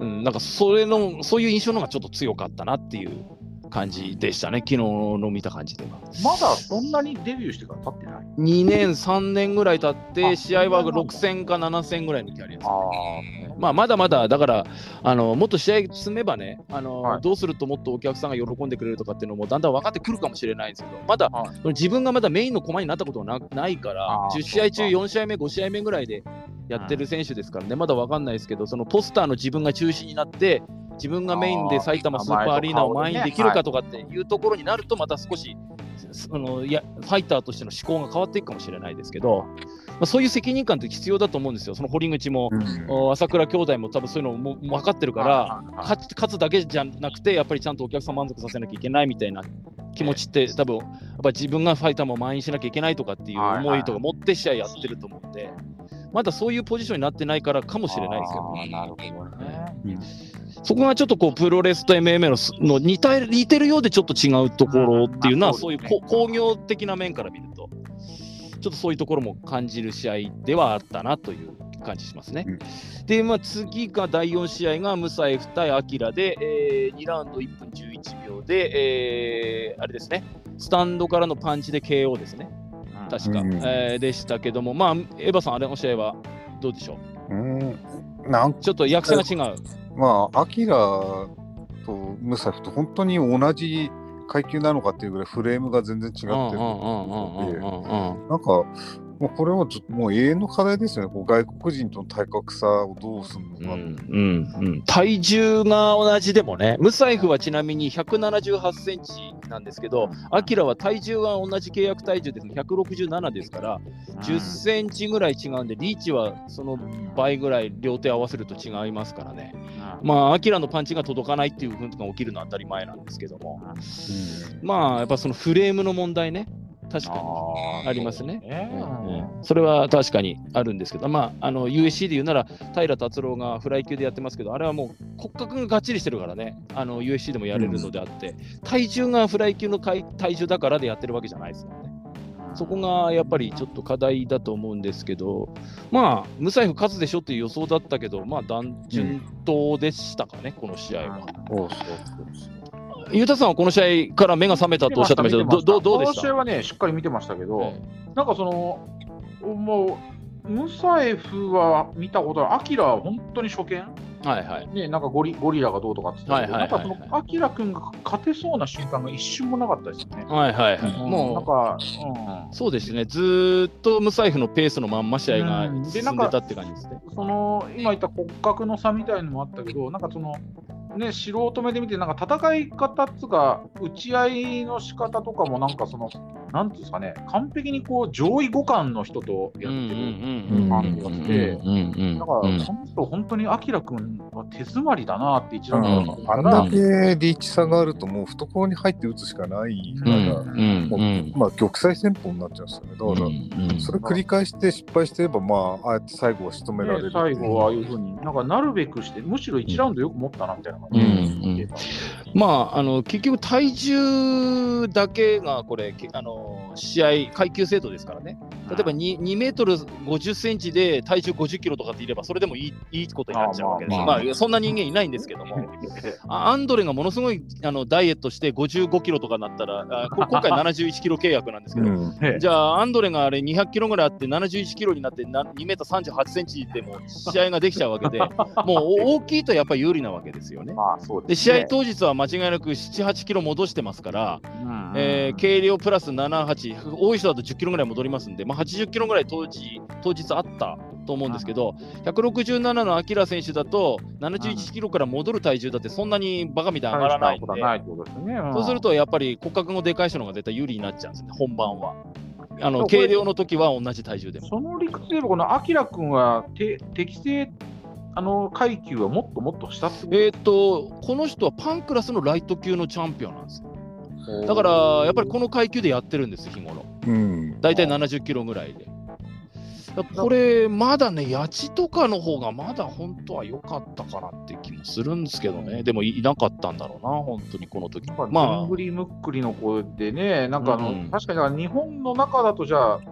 なんかそういう印象の方がちょっと強かったなっていう感じでしたね、昨日の見た感じでは。 まだそんなにデビューしてから経ってない？ 2年、3年ぐらい経って、試合は6戦か7戦ぐらいのキャリアですね。まだまだ、だからもっと試合進めばね、どうするともっとお客さんが喜んでくれるとかっていうのもだんだん分かってくるかもしれないですけど、まだ、自分がまだメインの駒になったことはないから、10試合中4試合目、5試合目ぐらいでやってる選手ですからね、まだ分かんないですけど、そのポスターの自分が中心になって、自分がメインで埼玉スーパーアリーナを前にできるかとかっていうところになると、また少しファイターとしての思考が変わっていくかもしれないですけど、そういう責任感って必要だと思うんですよ。その堀口も、朝倉兄弟も多分そういうのも分かってるから、勝つだけじゃなくて、やっぱりちゃんとお客さん満足させなきゃいけないみたいな気持ちって、多分やっぱり自分がファイターも満員しなきゃいけないとかっていう思いとか持って試合やってると思うんで、まだそういうポジションになってないからかもしれないですけどね。 なるほどね。 そこがちょっとこうプロレスと MMA の似てるようでちょっと違うところっていうのは、そういう工業的な面から見ると、ちょっとそういうところも感じる試合ではあったなという感じしますね。で、次が第4試合がムサエフ対アキラで、2ラウンド1分11秒で、あれですね、スタンドからのパンチで KO ですね。確か、でしたけども、エヴァさん、あれの試合はどうでしょう？ちょっと役者が違う。 アキラとムサフと本当に同じ階級なのかっていうぐらいフレームが全然違ってるので、なんかもうこれはもう永遠の課題ですよね。こう外国人との体格差をどうするのか。 体重が同じでもね、ムサイフはちなみに178センチなんですけど、アキラは体重は同じ契約体重です167ですから、10センチぐらい違うんで、リーチはその倍ぐらい両手合わせると違いますからね。アキラのパンチが届かないっていう風が起きるのは当たり前なんですけども、やっぱそのフレームの問題ね、確かにありますね。それは確かにあるんですけど、USC で言うなら平達郎がフライ級でやってますけど、あれはもう骨格ががっちりしてるからね、USC でもやれるのであって、体重がフライ級の体重だからでやってるわけじゃないですよね。そこがやっぱりちょっと課題だと思うんですけど、ムサイフ勝つでしょっていう予想だったけど、順当でしたかね、この試合は。ゆうたさんはこの試合から目が覚めたとおっしゃってましたけど、どうでした？ この試合はね、しっかり見てましたけど、なんかもう、ムサエフは見たことある、アキラは本当に初見ね、なんかゴリラがどうとかって言ってたけど、なんかそのアキラ君が勝てそうな瞬間が一瞬もなかったですよね。 もうなんか、そうですね、ずーっとムサイフのペースのまんま試合が進んでたって感じですね。 今言った骨格の差みたいなのもあったけど、なんか素人目で見て、なんか戦い方っつうか、打ち合いの仕方とかも、なんかなんていうんですかね、完璧にこう上位互換の人とやってる感じがして、なんか本当にアキラ君は手詰まりだなって一覧で見たら、あんだけリーチ差があるともう懐に入って打つしかないから、玉砕戦法になっちゃうんですよね。だからそれ繰り返して失敗してれば、ああやって最後は仕留められる。 最後はああいうふうになんかなるべくして、むしろ1ラウンドよく持ったなみたいな感じで。 結局体重だけがこれ試合階級制度ですからね。例えば2メートル50センチで体重50キロとかっていればそれでもいいことになっちゃうわけです。そんな人間いないんですけども、アンドレがものすごいダイエットして55キロとかになったら、今回71キロ契約なんですけど、じゃあアンドレがあれ200キロぐらいあって71キロになって2メートル38センチでも試合ができちゃうわけで、もう大きいとやっぱり有利なわけですよね。で試合当日は間違いなく7、8キロ戻してますから、軽量プラス7、8、多い人だと10キロぐらい戻りますんで、80キロぐらい当日あったと思うんですけど、167のアキラ選手だと71キロから戻る体重だってそんなにバカみたいに上がらないんで、そうするとやっぱり骨格のでかい人の方が絶対有利になっちゃうんですね、本番は。軽量の時は同じ体重でも。 その理屈で言えば、このアキラ君は適正階級はもっと下ってこの人はパンクラスのライト級のチャンピオンなんですよ。だからやっぱりこの階級でやってるんです、日頃。だいたい70キロぐらいで。これまだね、ヤチとかの方がまだ本当は良かったかなっていう気もするんですけどね。でもいなかったんだろうな、本当にこの時。 ずんぐりむっくりの子でね、なんか確かに日本の中だとじゃあ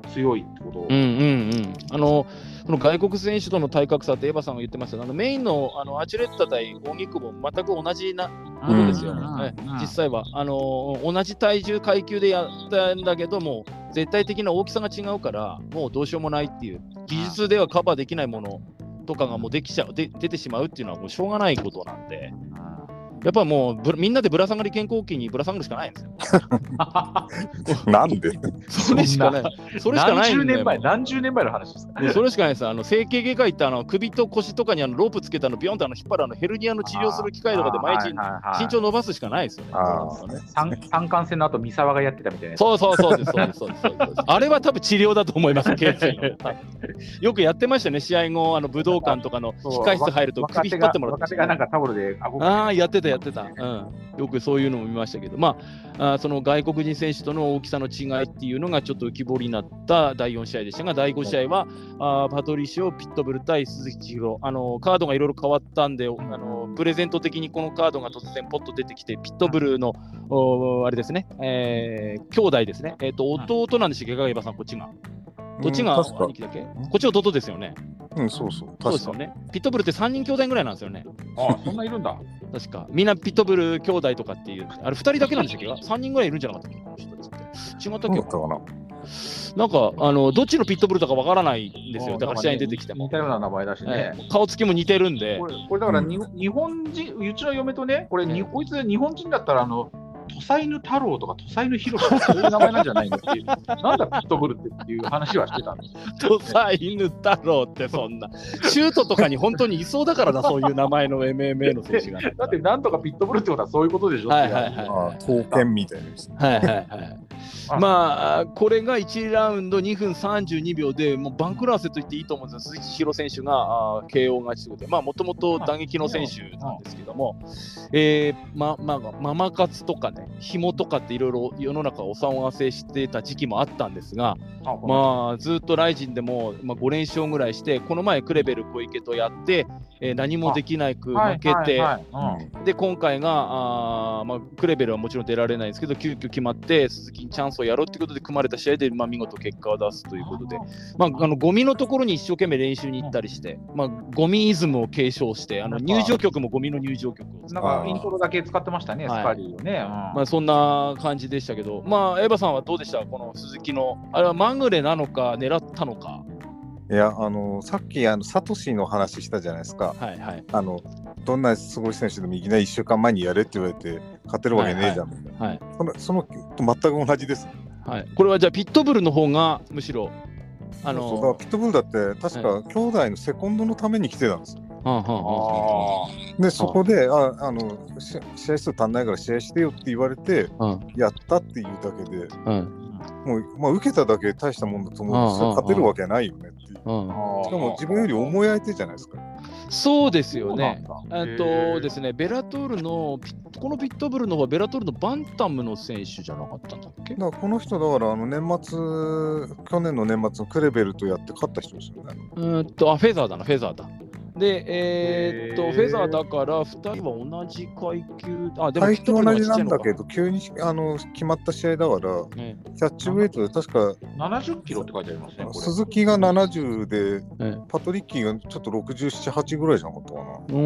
強いってこと。 この外国選手との体格差ってエヴァさんが言ってましたが、メインのアーチュレッタ対荻窪も全く同じなことですよ、実際は同じ体重階級でやったんだけども、絶対的な大きさが違うから、もうどうしようもないっていう、技術ではカバーできないものとかがもう出てしまうっていうのはもうしょうがないことなんで。やっぱもうみんなでぶら下がり健康器にぶら下がるしかないんですよ。 なんでそれしかない。それしかないんだよ。 何十年前の話ですか。 それしかないです。整形外科行った首と腰とかにロープつけたビヨンと引っ張るヘルニアの治療する機械とかで毎日身長伸ばすしかないですよね。 三冠戦の後三沢がやってたみたいな。 そうです。あれは多分治療だと思います。よくやってましたね。試合後武道館とかの控室入ると首引っ張ってもらって。 若手がなんかタオルでやってた。よくそういうのも見ましたけど、その外国人選手との大きさの違いっていうのがちょっと浮き彫りになった第4試合でしたが、第5試合はパトリシオ、ピットブル対鈴木千尋、カードがいろいろ変わったんで、プレゼント的にこのカードが突然ポッと出てきて、ピットブルのあれですね、兄弟ですね、弟なんでしたっけ、エヴァさん、こっちが。どっちが兄貴だっけ？こっち弟ですよね。 そうですよね。ピットブルって3人兄弟ぐらいなんですよね。 そんないるんだ。 確か。みんなピットブル兄弟とかっていう、あれ2人だけなんでしたっけ？3人ぐらいいるんじゃなかったっけ？この人たちって。違ったっけ？なんかどっちのピットブルとかわからないんですよ。だから試合に出てきても。 似たような名前だしね。 顔つきも似てるんで。 これだから日本人、うちの嫁とね、こいつ日本人だったら土佐犬太郎とか土佐犬ヒロシとかそういう名前なんじゃないのっていう、なんだピットブルっていう話はしてたんですよ。 土佐犬太郎ってそんな、シュートとかに本当にいそうだからな、そういう名前の MMA の選手が。 だってなんとかピットブルってことはそういうことでしょ。 刀剣みたいなですね。 これが1ラウンド2分32秒で、もう番狂わせと言っていいと思うんですよ。鈴木千尋選手がKO勝ちということで、もともと打撃の選手なんですけども、ママ活とかね、紐とかっていろいろ世の中をお騒がせしてた時期もあったんですが、ずっとライジンでも5連勝ぐらいして、この前クレベル小池とやって、何もできなく負けて、で今回がクレベルはもちろん出られないんですけど、急遽決まって鈴木にチャンスをやろうということで組まれた試合で、見事結果を出すということで、ゴミのところに一生懸命練習に行ったりして、ゴミイズムを継承して、入場曲もゴミの入場曲をなんかイントロだけ使ってましたね、スカリーをね。 そんな感じでしたけど、エヴァさんはどうでした？この鈴木のあれはまぐれなのか狙ったのか。 いやさっきサトシの話したじゃないですか。どんなすごい選手でもいきなり1週間前にやれって言われて勝てるわけねえじゃん。その全く同じです。 これはじゃあピットブルの方がむしろピットブルだって確か兄弟のセコンドのために来てたんですよ。でそこで試合数足んないから試合してよって言われてやったっていうだけで、もう受けただけ大したもんだと思うんですよ。勝てるわけないよねっていう。しかも自分より重い相手じゃないですか。 そうですよね。ですね、ベラトールのこのピットブルの方はベラトールのバンタムの選手じゃなかったんだっけ？ この人だから去年の年末のクレベルとやって勝った人ですよね。 フェザーだ。で、フェザーだから2人は同じ階級、 でも階級同じなんだけど、急に決まった試合だから、キャッチウェイトで確か 70キロって書いてありますね。 鈴木が70で、パトリッキーがちょっと67、8ぐらいじゃなかったか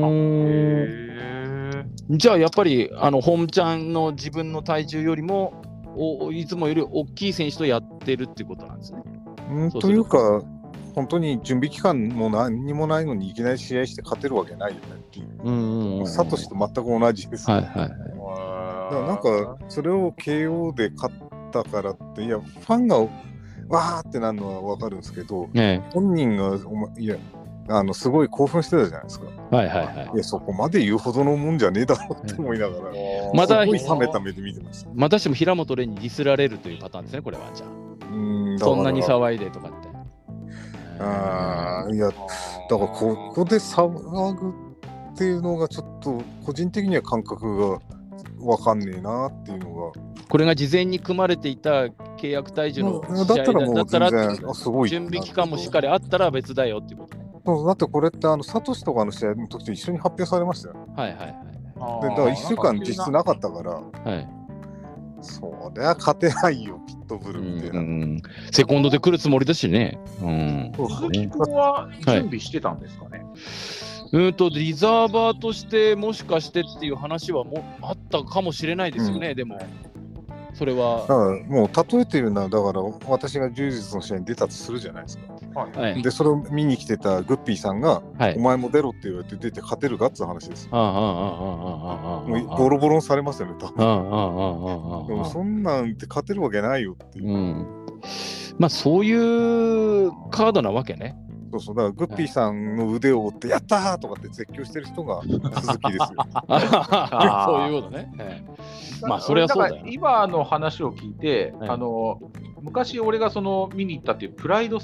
な。じゃあやっぱりホームちゃんの自分の体重よりもいつもより大きい選手とやってるってことなんですね。 というか本当に準備期間も何にもないのにいきなり試合して勝てるわけないよねっていう。サトシと全く同じです。だからなんかそれを KO で勝ったからって、いやファンがわーってなるのは分かるんですけど、本人がすごい興奮してたじゃないですか。いやそこまで言うほどのもんじゃねえだろうって思いながら、 またすごい冷めた目で見てました。 またしても平本蓮にディスられるというパターンですね、これは。じゃあそんなに騒いでとかって。 いやだからここで騒ぐっていうのがちょっと個人的には感覚が分かんねえなっていうのが、 これが事前に組まれていた契約体重の試合だったらもう全然すごい準備期間もしっかりあったら別だよっていうことね。 だってこれってサトシとかの試合の時と一緒に発表されましたよ。でだから1週間実質なかったから、 そりゃ勝てないよ、ピットブルみたいな。 セコンドで来るつもりだしね。 鈴木君は準備してたんですかね。 リザーバーとしてもしかしてっていう話はもあったかもしれないですよね、でも。それは。 だからもう例えて言うのは、だから私が柔術の試合に出たとするじゃないですか。はい、でそれを見に来てたグッピーさんが、はい、お前も出ろって言われて出て勝てるかっていう話ですよ。もうボロボロにされますよね、多分。でもそんなんって勝てるわけないよっていう。 まあそういうカードなわけね。 そうそう、だからグッピーさんの腕を折ってやったーとかって絶叫してる人が鈴木ですよ。 そういうことね。まあそれはそうだよ。 今の話を聞いて、昔俺が見に行ったっていうプライド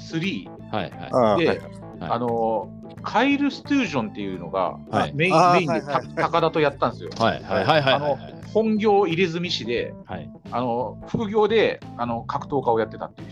3で、カイル・ストゥージョンっていうのがメインで高田とやったんですよ。本業入れ墨師で、副業で格闘家をやってたっていう。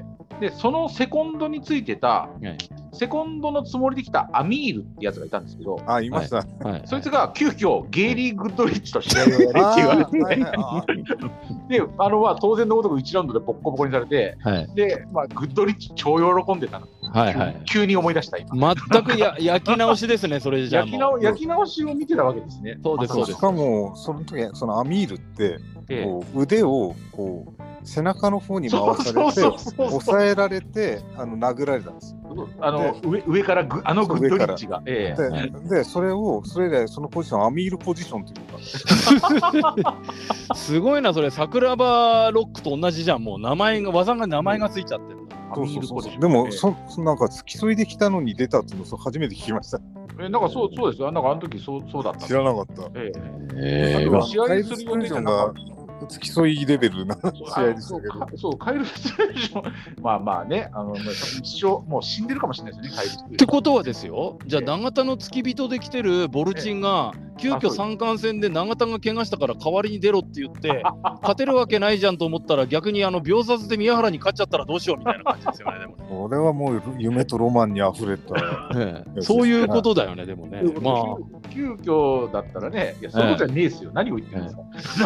でそのセコンドについてた、セコンドのつもりで来たアミールってやつがいたんですけど、 いました。 そいつが急遽ゲイリー・グッドリッチと試合をやれって言われて、で当然のごとく1ラウンドでボッコボコにされて、でグッドリッチ超喜んでたの。急に思い出した今。 全く焼き直しですね、それじゃあ。 焼き直しを見てたわけですね。 そうです、そうです。 しかもその時アミールって腕をこう背中の方に回されて押さえられて殴られたんですよ。 上からグッドリッチが。 でそれ以来そのポジションアミールポジションというか。 すごいな、それ桜庭ロックと同じじゃん。もう技が名前がついちゃってる。 でもなんか付き添いできたのに出たっていうの初めて聞きました。 なんかそうですよ。なんかあの時そうだった。 知らなかった。 試合する予定じゃなかった。 付き添いレベルな試合でしたけど。 そう、カイル・ストゥージョン、まあね、一生もう死んでるかもしれないですよね、カイル・ストゥージョン。 ってことはですよ、じゃあ永田の付き人で来てるボルチンが、急遽三冠戦で永田が怪我したから代わりに出ろって言って、勝てるわけないじゃんと思ったら、逆に秒殺で宮原に勝っちゃったらどうしようみたいな感じですよね、でも。 これはもう夢とロマンにあふれた。 そういうことだよね、でもね。 急遽だったらね、いや、そういうことじゃねえですよ。何を言ってるんですか。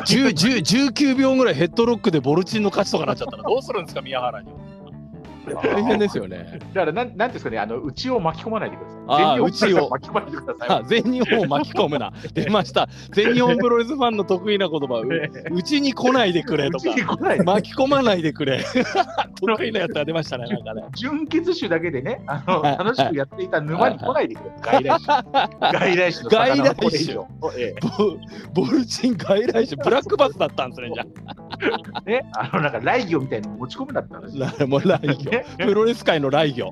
19秒ぐらいヘッドロックでボルチンの勝ちとかなっちゃったらどうするんですか、宮原に。大変ですよね。 だからなんですかね、内を巻き込まないでください。内を巻き込まないでください。 全日本を巻き込むな。出ました。全日本プロレスファンの得意な言葉、内に来ないでくれとか、巻き込まないでくれ。得意なやつが出ましたね、なんかね。 純血種だけでね、楽しくやっていた沼に来ないでくれ。外来種の外来種。ボルチン外来種、ブラックバスだったんですね、じゃあ。ね、なんか雷魚みたいに持ち込むんだったんですよ。 もう雷魚。プロレス界の雷魚。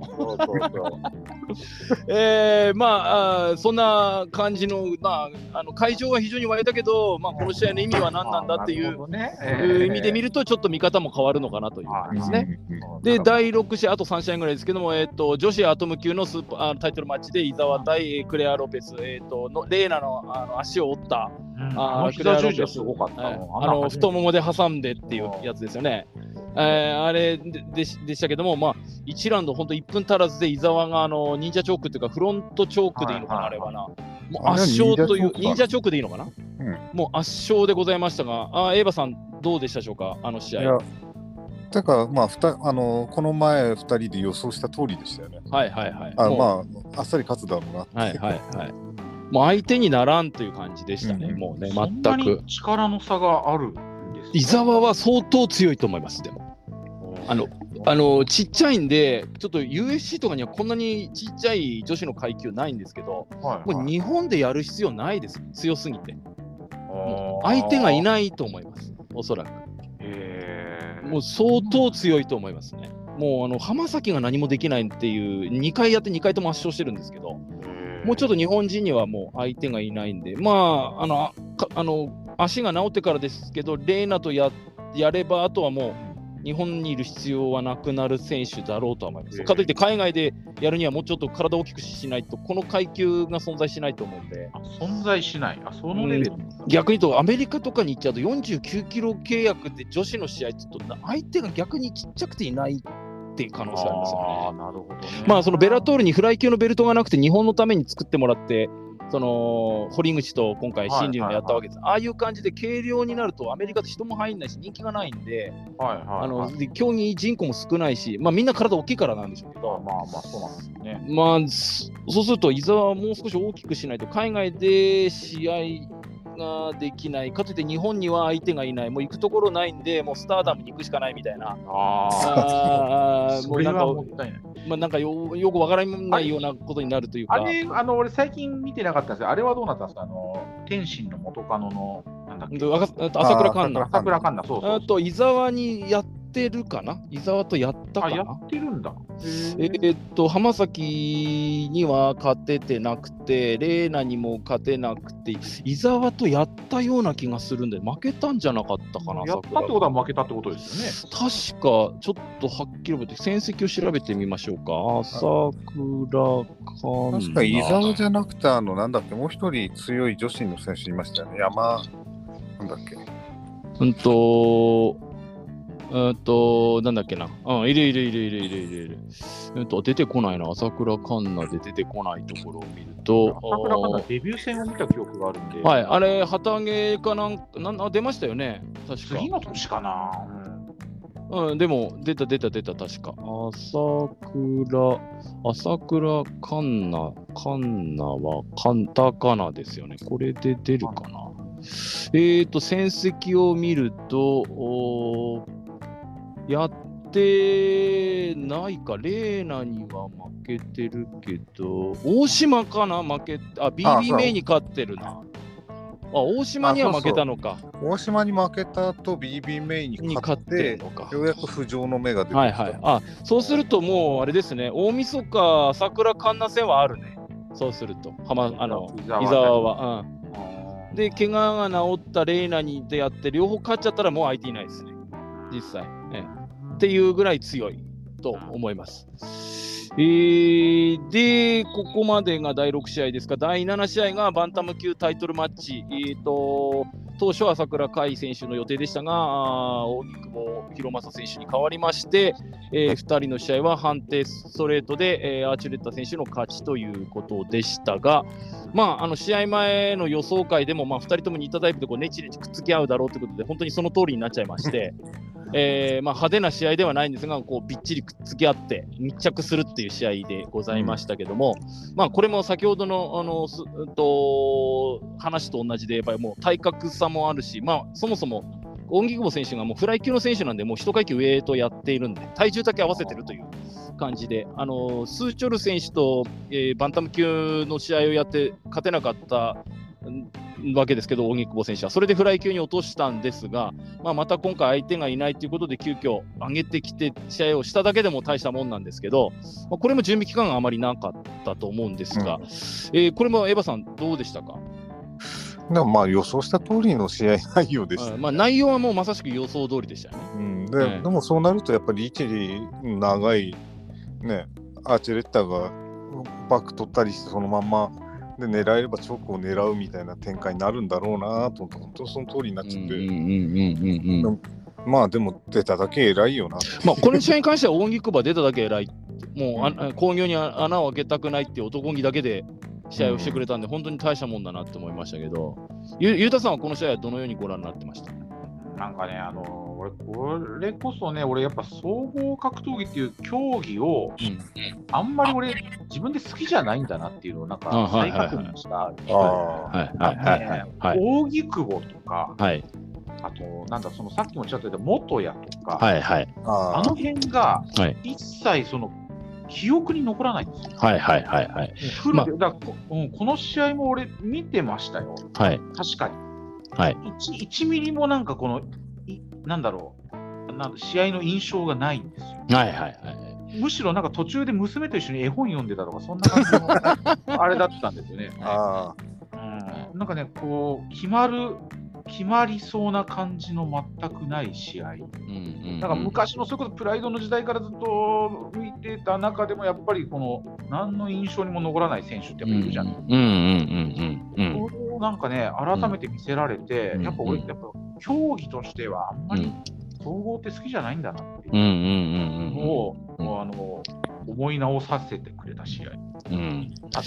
そんな感じの、会場は非常に沸いたけど、この試合の意味は何なんだっていう意味で見ると、ちょっと見方も変わるのかなという感じですね。で、第6試合、あと3試合ぐらいですけども、女子アトム級のタイトルマッチで、伊沢対クレア・ロペス、レーナの足を折った、 クレア・ロペス、 太ももで挟んでっていうやつですよね。あれでしたけども、1ラウンド本当1分足らずで伊沢が忍者チョークっていうかフロントチョークでいいのかな、あれはな。もう圧勝という忍者チョークでいいのかな、もう圧勝でございましたが、エーバさんどうでしたでしょうか、あの試合。 てかこの前2人で予想した通りでしたよね。あっさり勝つだろうなって。 もう相手にならんという感じでしたね、もうね、全く。そんなに力の差がある。 伊沢は相当強いと思います。でもちっちゃいんで、ちょっと USC とかにはこんなにちっちゃい女子の階級ないんですけど、もう日本でやる必要ないです、強すぎて。もう相手がいないと思います、おそらく。もう相当強いと思いますね。もう浜崎が何もできないっていう、2回やって2回とも圧勝してるんですけど、もうちょっと日本人にはもう相手がいないんで、足が治ってからですけど、レーナとやれば、あとはもう日本にいる必要はなくなる選手だろうとは思います。かといって海外でやるにはもうちょっと体を大きくしないと、この階級が存在しないと思うんで。 存在しない、そのレベル。 逆に言うと、アメリカとかに行っちゃうと49キロ契約で女子の試合って言うと、相手が逆にちっちゃくていないっていう可能性ありますよね。 なるほどね。 まあそのベラトールにフライ級のベルトがなくて日本のために作ってもらってその堀口と今回新竜もやったわけです、ああいう感じで軽量になるとアメリカで人も入んないし人気がないんで、で競技人口も少ないし、まあみんな体大きいからなんでしょうけど、 まあそうなんですよね。 まあそうすると伊沢はもう少し大きくしないと海外で試合ができないかといって日本には相手がいない、もう行くところないんでもうスターダムに行くしかないみたいな、 それはもったいない。 まあなんかよくわからないようなことになるというか、 俺最近見てなかったんですけど、あれはどうなったんですか？天心の元カノのなんだっけ、 朝倉環奈、 そう伊沢にやってるかな、伊沢とやったかな、 やってるんだ。 浜崎には勝ててなくて、レーナにも勝てなくて、伊沢とやったような気がするんで、負けたんじゃなかったかな。 やったってことは負けたってことですよね。 確か、ちょっとはっきり覚えて、戦績を調べてみましょうか。朝倉環奈。 確か伊沢じゃなくて、なんだっけ、もう一人強い女子の選手いましたよね。なんだっけ。 なんだっけな。いる。出てこないな。朝倉環奈で出てこないところを見ると。 朝倉環奈デビュー戦を見た記憶があるんで。 はい、あれ、旗揚げか出ましたよね。確か。 次の年かな。 でも、出た、確か。朝倉環奈はカタカナですよね。これで出るかな。戦績を見ると、やってないか、レーナには負けてるけど、大島かな、BB メイに勝ってるな。大島には負けたのか。 大島に負けた後 BB メイに勝ってのか、 ようやく浮上の目が出てきた。 そうするともうあれですね、大晦日朝倉環奈戦はあるね。そうすると、伊沢は。で、怪我が治ったレーナにでやって、両方勝っちゃったらもう相手いないですね、実際。っていうぐらい強いと思います。で、ここまでが第6試合ですが、第7試合がバンタム級タイトルマッチ。当初は朝倉海選手の予定でしたが、荻久保博正選手に代わりまして、2人の試合は判定ストレートで、アーチュレッタ選手の勝ちということでしたが、試合前の予想会でも、2人とも似たタイプでネチネチくっつき合うだろうということで、本当にその通りになっちゃいまして、派手な試合ではないんですが、びっちりくっつき合って密着するっていう試合でございましたけども、これも先ほどの、話と同じで、やっぱりもう体格差もあるし、そもそも荻久保選手がもうフライ級の選手なんで、もう一階級上とやっているんで、体重だけ合わせてるという感じで、スーチョル選手と、バンタム級の試合をやって勝てなかったわけですけど、荻久保選手はそれでフライ級に落としたんですが、また今回相手がいないということで急遽上げてきて試合をしただけでも大したもんなんですけど、これも準備期間があまりなかったと思うんですが、これもエヴァさんどうでしたか？ でも予想した通りの試合内容でした、 内容はもうまさしく予想通りでしたよね。 でもそうなるとやっぱり一理長いね、アーチェレッタがバック取ったりしてそのまんまで狙えればチョークを狙うみたいな展開になるんだろうなと思って、本当その通りになっちゃって、でも出ただけ偉いよな。 この試合に関しては荻久保は出ただけ偉い。もう興行に穴を開けたくないっていう男気だけで試合をしてくれたんで、本当に大したもんだなって思いましたけど、ゆうたさんはこの試合はどのようにご覧になってました？ なんかね、俺これこそね、俺やっぱ総合格闘技っていう競技を、あんまり俺自分で好きじゃないんだなっていうのをなんか再確認した。荻久保とか、あとなんだそのさっきもちょっと言った元谷とか、あの辺が一切その記憶に残らないんですよ。フルで、この試合も俺見てましたよ。確かに。1ミリもなんかこのなんだろう、試合の印象がないんですよ。むしろなんか途中で娘と一緒に絵本読んでたとかそんな感じのあれだったんですよね。なんかねこう決まりそうな感じの全くない試合。なんか昔のそれこそプライドの時代からずっと見てた中でもやっぱりこの何の印象にも残らない選手ってやっぱいるじゃん。それをなんかね改めて見せられて、やっぱ俺ってやっぱ競技としてはあんまり総合って好きじゃないんだなっていうのを思い直させてくれた試合だった。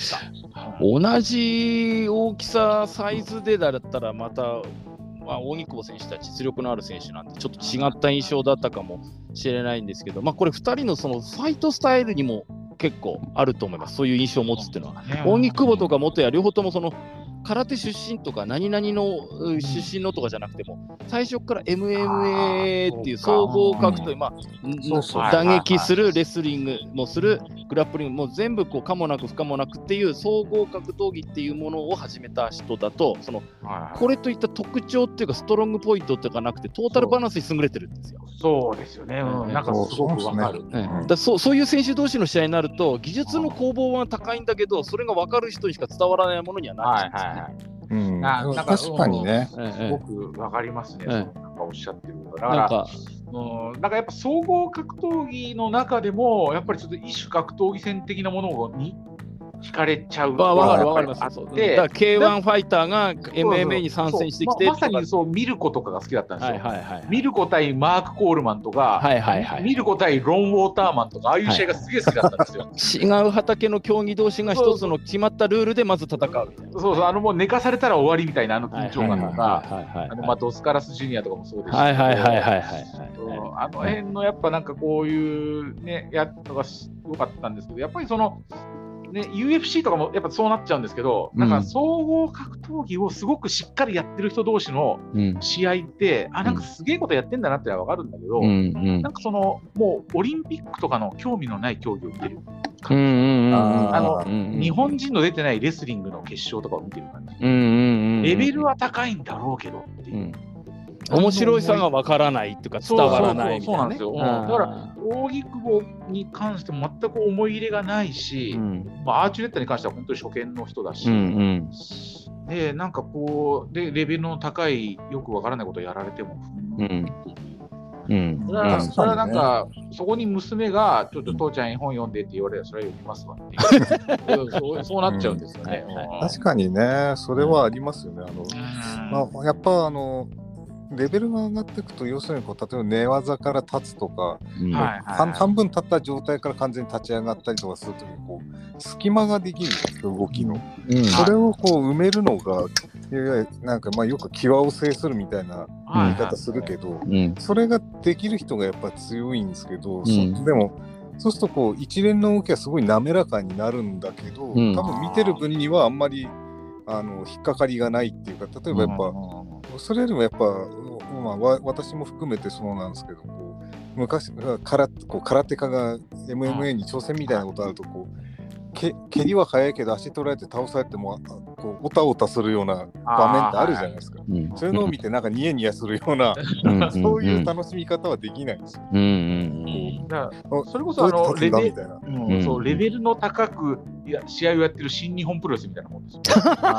同じ大きさ、サイズでだったらまた、荻久保選手は実力のある選手なんでちょっと違った印象だったかもしれないんですけど、これ2人のそのファイトスタイルにも結構あると思います。そういう印象を持つっていうのは、荻久保とか元谷両方ともその空手出身とか何々の出身のとかじゃなくても、最初から MMA っていう総合格闘技、打撃する、レスリングもする、グラップリングも全部こう可もなく不可もなくっていう総合格闘技っていうものを始めた人だと、これといった特徴っていうかストロングポイントっていうかなくてトータルバランスに優れてるんですよ。 そうですよね。なんかすごくわかる。 そういう選手同士の試合になると技術の攻防は高いんだけど、それが分かる人にしか伝わらないものにはなっちゃうんですね。 確かにね、 すごくわかりますね。なんかおっしゃってるだからなんかやっぱ総合格闘技の中でもやっぱりちょっと一種格闘技戦的なものに惹かれちゃう。 わかります。だから K1 ファイターが MMA に参戦してきて、 まさにそうミルコとかが好きだったんですよ。ミルコ対マーク・コールマンとか、ミルコ対ロン・ウォーターマンとか、ああいう試合がすげえ好きだったんですよ。 違う畑の競技同士が一つの決まったルールでまず戦うみたいな。 そうもう寝かされたら終わりみたいな緊張感とか、ドスカラス・ジュニアとかもそうですし、あの辺のやっぱなんかこういうねやつがすごかったんですけど、やっぱりそのUFC とかもやっぱそうなっちゃうんですけど、なんか総合格闘技をすごくしっかりやってる人同士の試合って、なんかすげえことやってんだなってのは分かるんだけど、なんかそのもうオリンピックとかの興味のない競技を見てる感じ、日本人の出てないレスリングの決勝とかを見てる感じ、レベルは高いんだろうけどっていう。 面白いさが分からないっていうか伝わらないみたいな。 そうなんですよ。だから荻久保に関しても全く思い入れがないし、アーチュレッタに関しては本当に初見の人だし、でなんかこうでレベルの高いよく分からないことをやられても、それはなんかそこに娘がちょっと父ちゃん絵本読んでって言われたらそれは読みますわってそうなっちゃうんですよね。 確かにね、それはありますよね。やっぱレベルが上がっていくと、要するにこう例えば寝技から立つとか、半分立った状態から完全に立ち上がったりとかするときにこう隙間ができるんですよ、動きの。それをこう埋めるのがなんかよく際を制するみたいな言い方するけど、それができる人がやっぱり強いんですけど、でもそうするとこう一連の動きはすごい滑らかになるんだけど、多分見てる分にはあんまり引っかかりがないっていうか、例えばやっぱそれよりもやっぱ、私も含めてそうなんですけど、昔空手家が MMA に挑戦みたいなことあると蹴りは速いけど足取られて倒されてもこうオタオタするような場面ってあるじゃないですか。そういうのを見てなんかニヤニヤするようなそういう楽しみ方はできないんですよ。 それこそレベルの高く試合をやってる新日本プロレスみたいなもんですよ。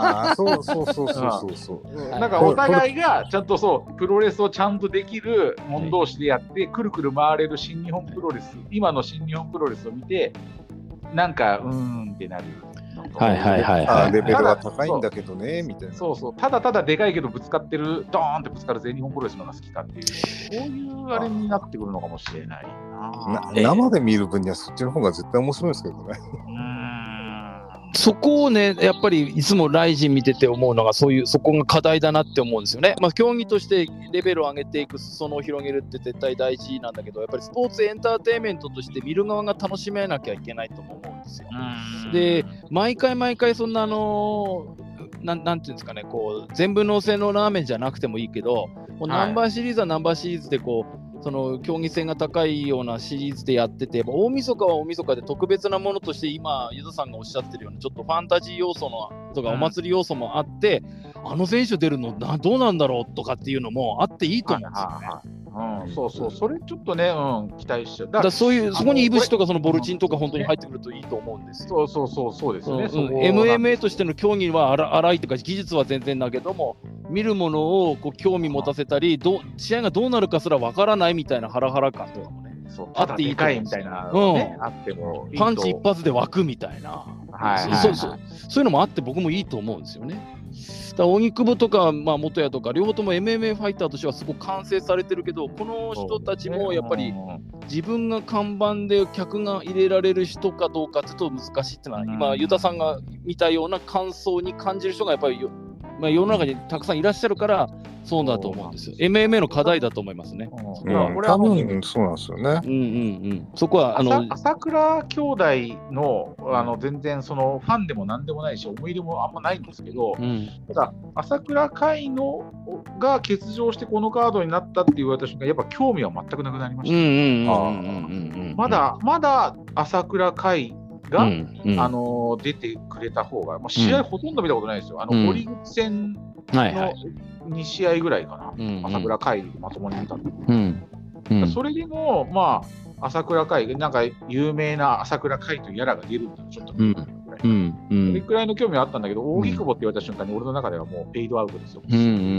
そうなんかお互いがちゃんとプロレスをちゃんとできる者同士でやってくるくる回れる新日本プロレス、今の新日本プロレスを見てなんかってなる。 レベルは高いんだけどねみたいな。 ただただでかいけどぶつかってる、ドーンってぶつかる全日本プロレスのが好きかっていう、そういうあれになってくるのかもしれないな。 生で見る分にはそっちの方が絶対面白いんですけどね。 そこをね、やっぱりいつもライジン見てて思うのが、そこが課題だなって思うんですよね。競技としてレベルを上げていく、裾野を広げるって絶対大事なんだけど、やっぱりスポーツエンターテインメントとして見る側が楽しめなきゃいけないと思うんですよ。で、毎回そんななんていうんですかね、全部のせのラーメンじゃなくてもいいけど、ナンバーシリーズはナンバーシリーズでその競技性が高いようなシリーズでやってて、大晦日は大晦日で特別なものとして今ユダさんがおっしゃってるようなちょっとファンタジー要素とかお祭り要素もあって、あの選手出るのどうなんだろうとかっていうのもあっていいと思うんですよね。 それちょっとね、期待しちゃう。 だからそこにイブシとかそのボルチンとか本当に入ってくるといいと思うんですよ。 そうですね。 MMA としての競技は荒いというか技術は全然だけども、見るものを興味持たせたり、試合がどうなるかすらわからないみたいなハラハラ感とかもね、 あっていいかいみたいなのね、あってもいいと、 パンチ一発で湧くみたいな、そういうのもあって僕もいいと思うんですよね。だ荻窪とか、元谷とか両方とも MMA ファイターとしてはすごく完成されてるけど、この人たちもやっぱり自分が看板で客が入れられる人かどうかっていうと難しいっていうのは、今ユタさんが見たような感想に感じる人がやっぱり世の中にたくさんいらっしゃるからそうだと思うんですよ。MMA の課題だと思いますね。 これは多分そうなんですよね。 そこは朝倉兄弟の全然そのファンでもなんでもないし思い入れもあんまないんですけど、ただ朝倉海のが欠場してこのカードになったって言われた瞬間やっぱ興味は全くなくなりました。まだ朝倉海が、出てくれた方が、試合ほとんど見たことないですよ。堀口戦の2試合ぐらいかな、朝倉海まともに見たの。それでも、朝倉海、なんか有名な朝倉海というやらが出るんだとちょっと見たぐらい。それくらいの興味はあったんだけど、扇久保って言われた瞬間に、俺の中ではもうフェードアウトですよ。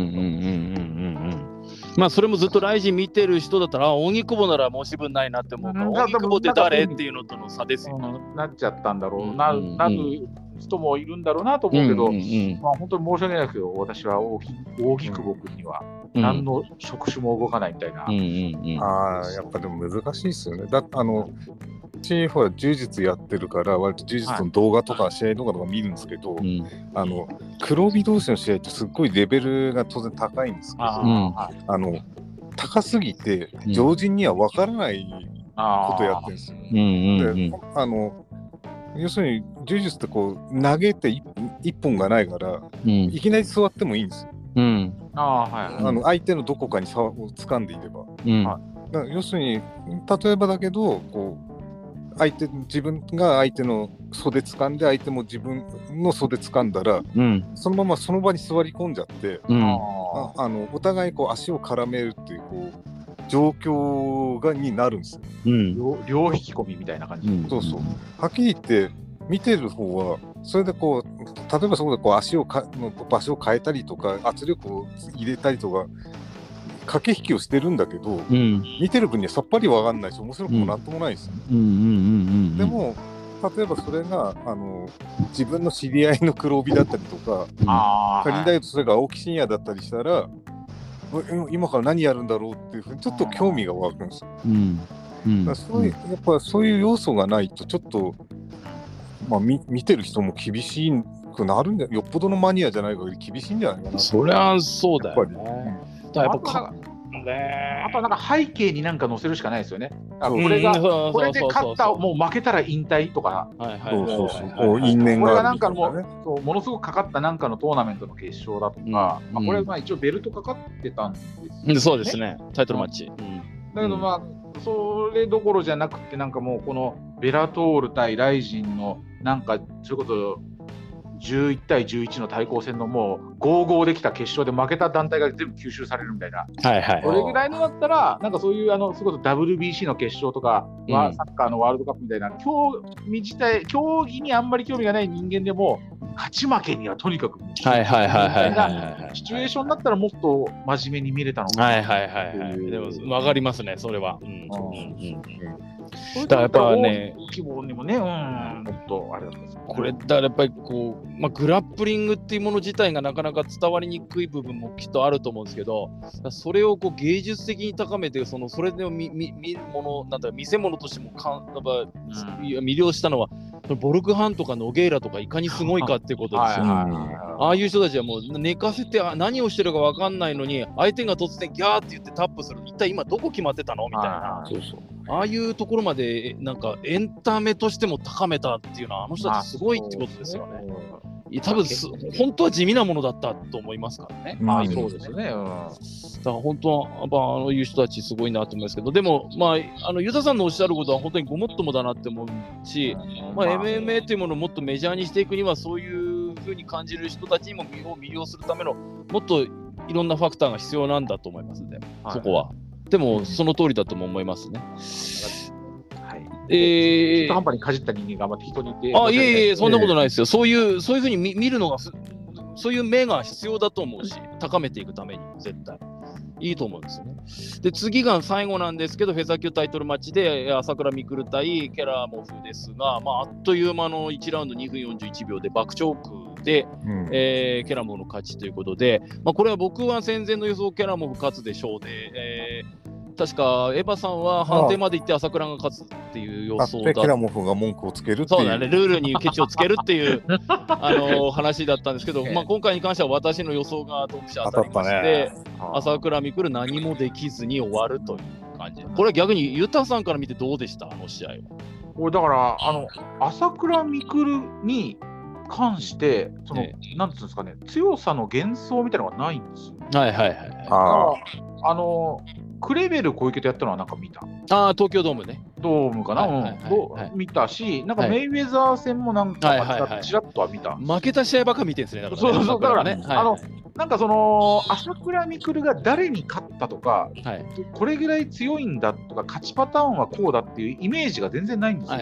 それもずっとライジン見てる人だったら、扇久保なら申し分ないなって思うから、扇久保って誰っていうのとの差ですよ。 なっちゃったんだろうなる人もいるんだろうなと思うけど、本当に申し訳ないですけど、私は扇久保君には何の触手も動かないみたいな。 やっぱでも難しいですよね。私ほら柔術やってるから割と柔術の動画とか試合動画とか見るんですけど、黒帯同士の試合ってすっごいレベルが当然高いんですけど、高すぎて常人には分からないことやってるんですよ。要するに柔術ってこう投げて一本がないから、いきなり座ってもいいんですよ。相手のどこかに差を掴んでいれば。要するに例えばだけどこう自分が相手の袖掴んで相手も自分の袖掴んだら、そのままその場に座り込んじゃって、お互いこう足を絡めるっていうこう状況になるんですよ。 両引き込みみたいな感じ。 そうそう。はっきり言って見てる方はそれでこう例えばそこでこう足をの場所を変えたりとか圧力を入れたりとか駆け引きをしてるんだけど、見てる分にはさっぱり分かんないし面白くもなんともないですよ。でも例えばそれが自分の知り合いの黒帯だったりとか、仮にだけどそれが青木真也だったりしたら、今から何やるんだろうっていうふうにちょっと興味が湧くんですよ。だからやっぱそういう要素がないとちょっと、見てる人も厳しくなるんだよ。よっぽどのマニアじゃない限り厳しいんじゃないかな。 そりゃそうだよね。 あとはなんか背景になんか載せるしかないですよね。これで勝った、もう負けたら引退とか、 因縁がある。 これがなんかものすごくかかったなんかのトーナメントの決勝だとか、これは一応ベルトかかってたんですよね。 そうですね、タイトルマッチ。 だけどそれどころじゃなくて、なんかもうこのベラトール対ライジンのなんかそういうこと11対11の対抗戦のもう5-5できた決勝で負けた団体が全部吸収されるみたいな、それぐらいのだったらなんかそういうそれこそ WBC の決勝とか、サッカーのワールドカップみたいな競技にあんまり興味がない人間でも勝ち負けにはとにかくみたいなシチュエーションだったらもっと真面目に見れたのかな。 でも分かりますね、それは。だからやっぱね、 希望にもね、もっとあれだったんですよ。 これだからやっぱりこう、グラップリングっていうもの自体がなかなか伝わりにくい部分もきっとあると思うんですけど、それをこう芸術的に高めて、それで見るものなんだ見せ物としてもやっぱ魅了したのは、ボルクハンとかノゲイラとかいかにすごいかってことですよ。ああいう人たちはもう寝かせて何をしてるか分かんないのに、相手が突然ギャーって言ってタップする、一体今どこ決まってたのみたいな。ああいうところまでなんかエンタメとしても高めたっていうのは、あの人たちすごいってことですよね。多分本当は地味なものだったと思いますからね。 そうですね。だから本当はやっぱああいう人たちすごいなと思いますけど、でもユタさんのおっしゃることは本当にごもっともだなって思うし、MMA というものをもっとメジャーにしていくには、そういう風に感じる人たちにも魅了するためのもっといろんなファクターが必要なんだと思いますね、そこは。でもその通りだとも思いますね。 中途半端にかじった人間があんま適当に言って。 いえそんなことないですよ。そういうふうに見るのが、そういう目が必要だと思うし、高めていくために絶対。 いいと思うんですよね。で、次が最後なんですけど、フェザー級タイトルマッチで朝倉未来対ケラモフですが、あっという間の1ラウンド2分41秒でバックチョークで、ケラモフの勝ちということで、これは僕は戦前の予想、ケラモフ勝つでしょうで、確かエヴァさんは判定まで行って朝倉が勝つっていう予想だった。 ケラモフが文句をつけるっていう。 そうだね、ルールにケチをつけるっていう話だったんですけど、今回に関しては私の予想がドンピシャ当たりまして、朝倉未来何もできずに終わるという感じ。これ逆にユタさんから見てどうでした、あの試合は。 これだから朝倉未来に関してなんていうんですかね、強さの幻想みたいなのがないんですよ。 はいはいはい。 クレベル小池とやったのはなんか見た。 東京ドームね。 ドームかな、見たし、なんかメイウェザー戦もなんかちらっとは見た。 負けた試合ばっか見てるんですね。だからそうだからね。なんか朝倉未来が誰に勝ったとか、これぐらい強いんだとか、勝ちパターンはこうだっていうイメージが全然ないんですよ。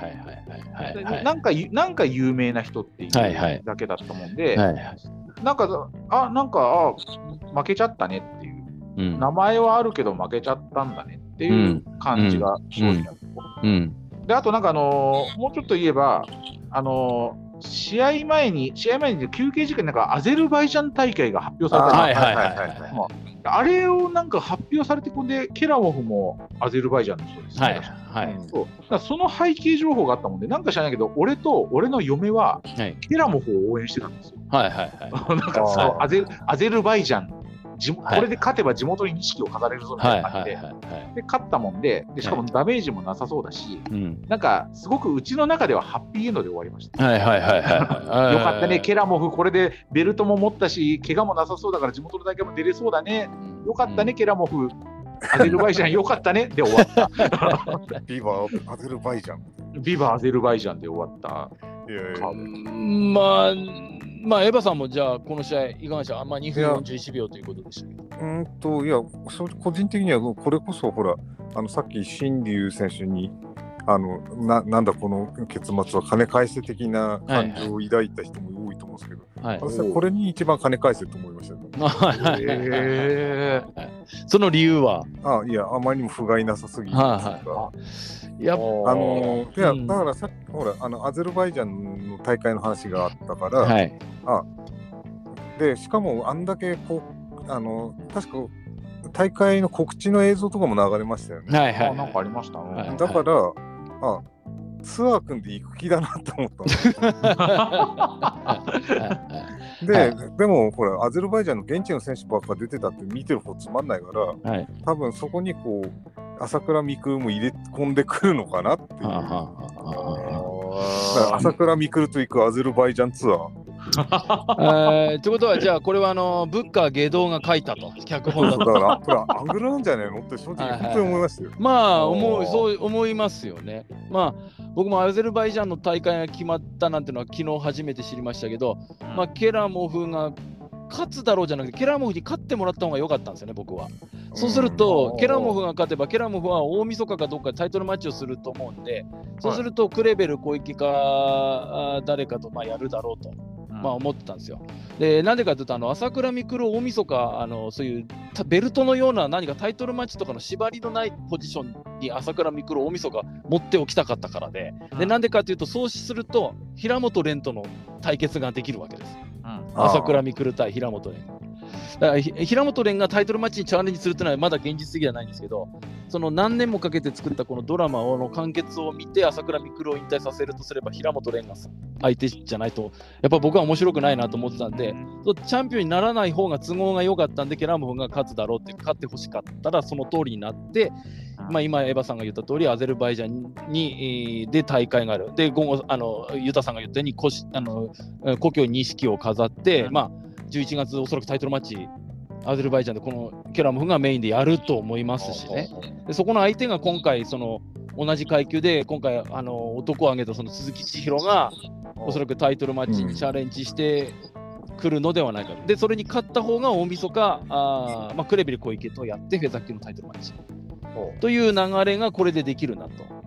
なんか有名な人っていうだけだったもんで、なんか負けちゃったねっていう。名前はあるけど負けちゃったんだねっていう感じが正直なんです。で、あとなんかもうちょっと言えば試合前に休憩時間になんかアゼルバイジャン大会が発表された。あれをなんか発表されてこんで、ケラモフもアゼルバイジャンの人ですね。その背景情報があったもんで、なんか知らないけど、俺と俺の嫁はケラモフを応援してたんですよ。なんかアゼルバイジャンこれで勝てば地元に錦を飾れるぞみたいな感じで、勝ったもんで、しかもダメージもなさそうだし、なんかすごくうちの中ではハッピーエンドで終わりました。よかったね、ケラモフ、これでベルトも持ったし、怪我もなさそうだから地元の大会も出れそうだね、よかったね、ケラモフ、アゼルバイジャンよかったねで終わった。 ビバアゼルバイジャン。 ビバアゼルバイジャンで終わった。 エヴァさんもじゃあこの試合いかがでした？2分41秒ということでしたけど。 いや、個人的にはこれこそほらさっき新竜選手になんだこの結末は金返せ的な感情を抱いた人も多いと思うんですけど、私はこれに一番金返せと思いましたね。その理由は？ いや、あまりにも不甲斐なさすぎる。だからさっきほらアゼルバイジャンの大会の話があったから、でしかもあんだけ確か大会の告知の映像とかも流れましたよね。 なんかありましたね。 だからツアー組んで行く気だなと思ったんですでもほらアゼルバイジャンの現地の選手ばっか出てたって見てる方つまんないから、多分そこに朝倉未来も入れ込んでくるのかなっていう。朝倉未来と行くアゼルバイジャンツアー。ってことはじゃあこれはブッカー外道が書いたと脚本だと。 だからこれアングルなんじゃねえのって正直本当に思いましたよ。 そう思いますよね。僕もアゼルバイジャンの大会が決まったなんてのは昨日初めて知りましたけど、ケラモフが勝つだろうじゃなくてケラモフに勝ってもらった方が良かったんですよね、僕は。そうするとケラモフが勝てばケラモフは大晦日かどっかでタイトルマッチをすると思うんで、そうするとクレベル小池か誰かとやるだろうと思ってたんですよ。でなんでかというと朝倉未来大晦日そういうベルトのような何かタイトルマッチとかの縛りのないポジションに朝倉未来大晦日持っておきたかったからで、なんでかというとそうすると平本蓮との対決ができるわけです。朝倉未来対平本蓮。だから平本蓮がタイトルマッチにチャレンジするというのはまだ現実的ではないんですけど、その何年もかけて作ったこのドラマの完結を見て朝倉未来を引退させるとすれば平本蓮が相手じゃないとやっぱ僕は面白くないなと思ってたんで、チャンピオンにならない方が都合が良かったんでケラモフが勝つだろうって勝ってほしかったらその通りになって、今エヴァさんが言った通りアゼルバイジャンにで大会がある。で午後ユタさんが言ったように故郷に錦を飾って、11月おそらくタイトルマッチアゼルバイジャンでこのケラモフがメインでやると思いますしね。でそこの相手が今回同じ階級で今回男を挙げたその鈴木千尋がおそらくタイトルマッチにチャレンジしてくるのではないか。でそれに勝った方が大晦日クレベル小池とやってフェザー級のタイトルマッチという流れがこれでできるなと。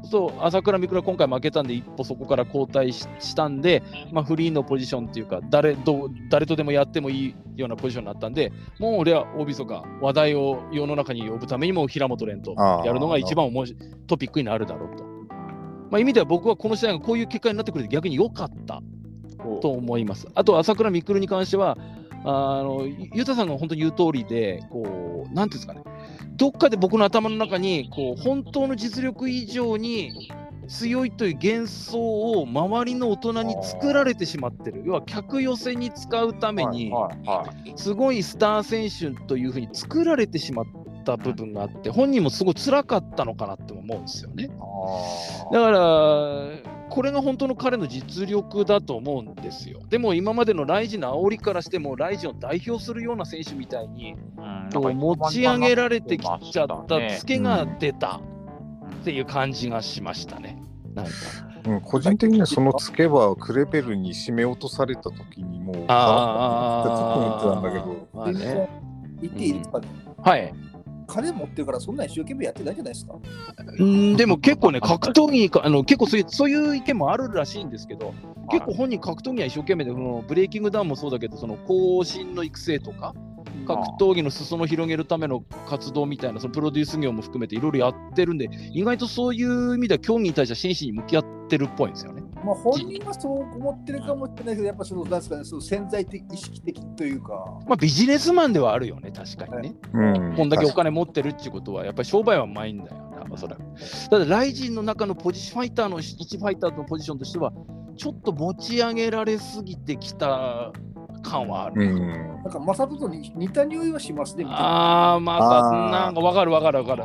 そう朝倉未来は今回負けたんで一歩そこから後退したんで、フリーのポジションっていうか誰とでもやってもいいようなポジションになったんで、もう俺は大晦日話題を世の中に呼ぶためにも平本蓮とやるのが一番トピックになるだろうと、意味では僕はこの試合がこういう結果になってくれて逆に良かったと思います。あと朝倉未来に関してはゆうたさんが本当に言う通りで、こうなんていうんですかね、どっかで僕の頭の中にこう本当の実力以上に強いという幻想を周りの大人に作られてしまってる。要は客寄せに使うためにすごいスター選手というふうに作られてしまった部分があって、本人もすごい辛かったのかなって思うんですよね。だからこれが本当の彼の実力だと思うんですよ。でも今までのライジンの煽りからしてもライジンを代表するような選手みたいに持ち上げられてきちゃったツケが出たっていう感じがしましたね。なんか個人的にはそのツケはクレベルに締め落とされた時にもうって思ってたんだけど、 言っていいですかね。 はい。 金持ってるからそんな一生懸命やってないじゃないですか。 でも結構ね、格闘技結構そういう意見もあるらしいんですけど、結構本人格闘技は一生懸命で、ブレイキングダウンもそうだけど、その後進の育成とか格闘技の裾野を広げるための活動みたいな、そのプロデュース業も含めていろいろやってるんで、意外とそういう意味では競技に対しては真摯に向き合ってるっぽいんですよね。 本人はそう思ってるかもしれないけど、やっぱそのなんですかね、その潜在的意識的というか、 ビジネスマンではあるよね、確かにね。こんだけお金持ってるっていうことは、やっぱり商売はうまいんだよね、それ。ただ、ライジンの中のポジション、ファイターの一ファイターのポジションとしては、ちょっと持ち上げられすぎてきた感はある。 なんか、マサトと似た匂いはしますね。なんかわかる。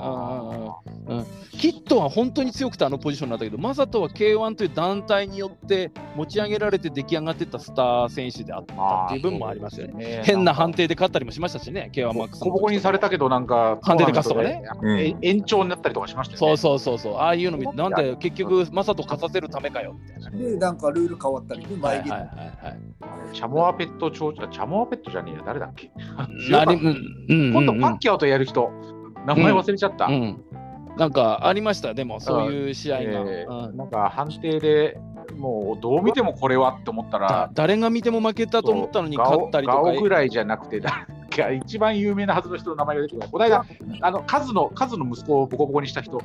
キットは本当に強くてポジションなんだけど、マサトは K1 という団体によって持ち上げられて出来上がってたスター選手であったっていう部分もありますよね。変な判定で勝ったりもしましたしね、K1 マックス。 ボコボコにされたけど、なんか判定で勝つとかね、 延長になったりとかしましたよね。 そう、ああいうの見て、なんで結局マサト勝たせるためかよみたいな。 で、なんかルール変わったりね、前に。 チャモアペットじゃねえや、誰だっけ。今度パッキャオとやる人、名前忘れちゃった。 なんかありました、でもそういう試合が。 なんか判定でもうどう見てもこれはって思ったら、 誰が見ても負けたと思ったのに勝ったりとか。 ガオぐらいじゃなくて、一番有名なはずの人の名前が出てくる。この間、カズの息子をボコボコにした人。 はい。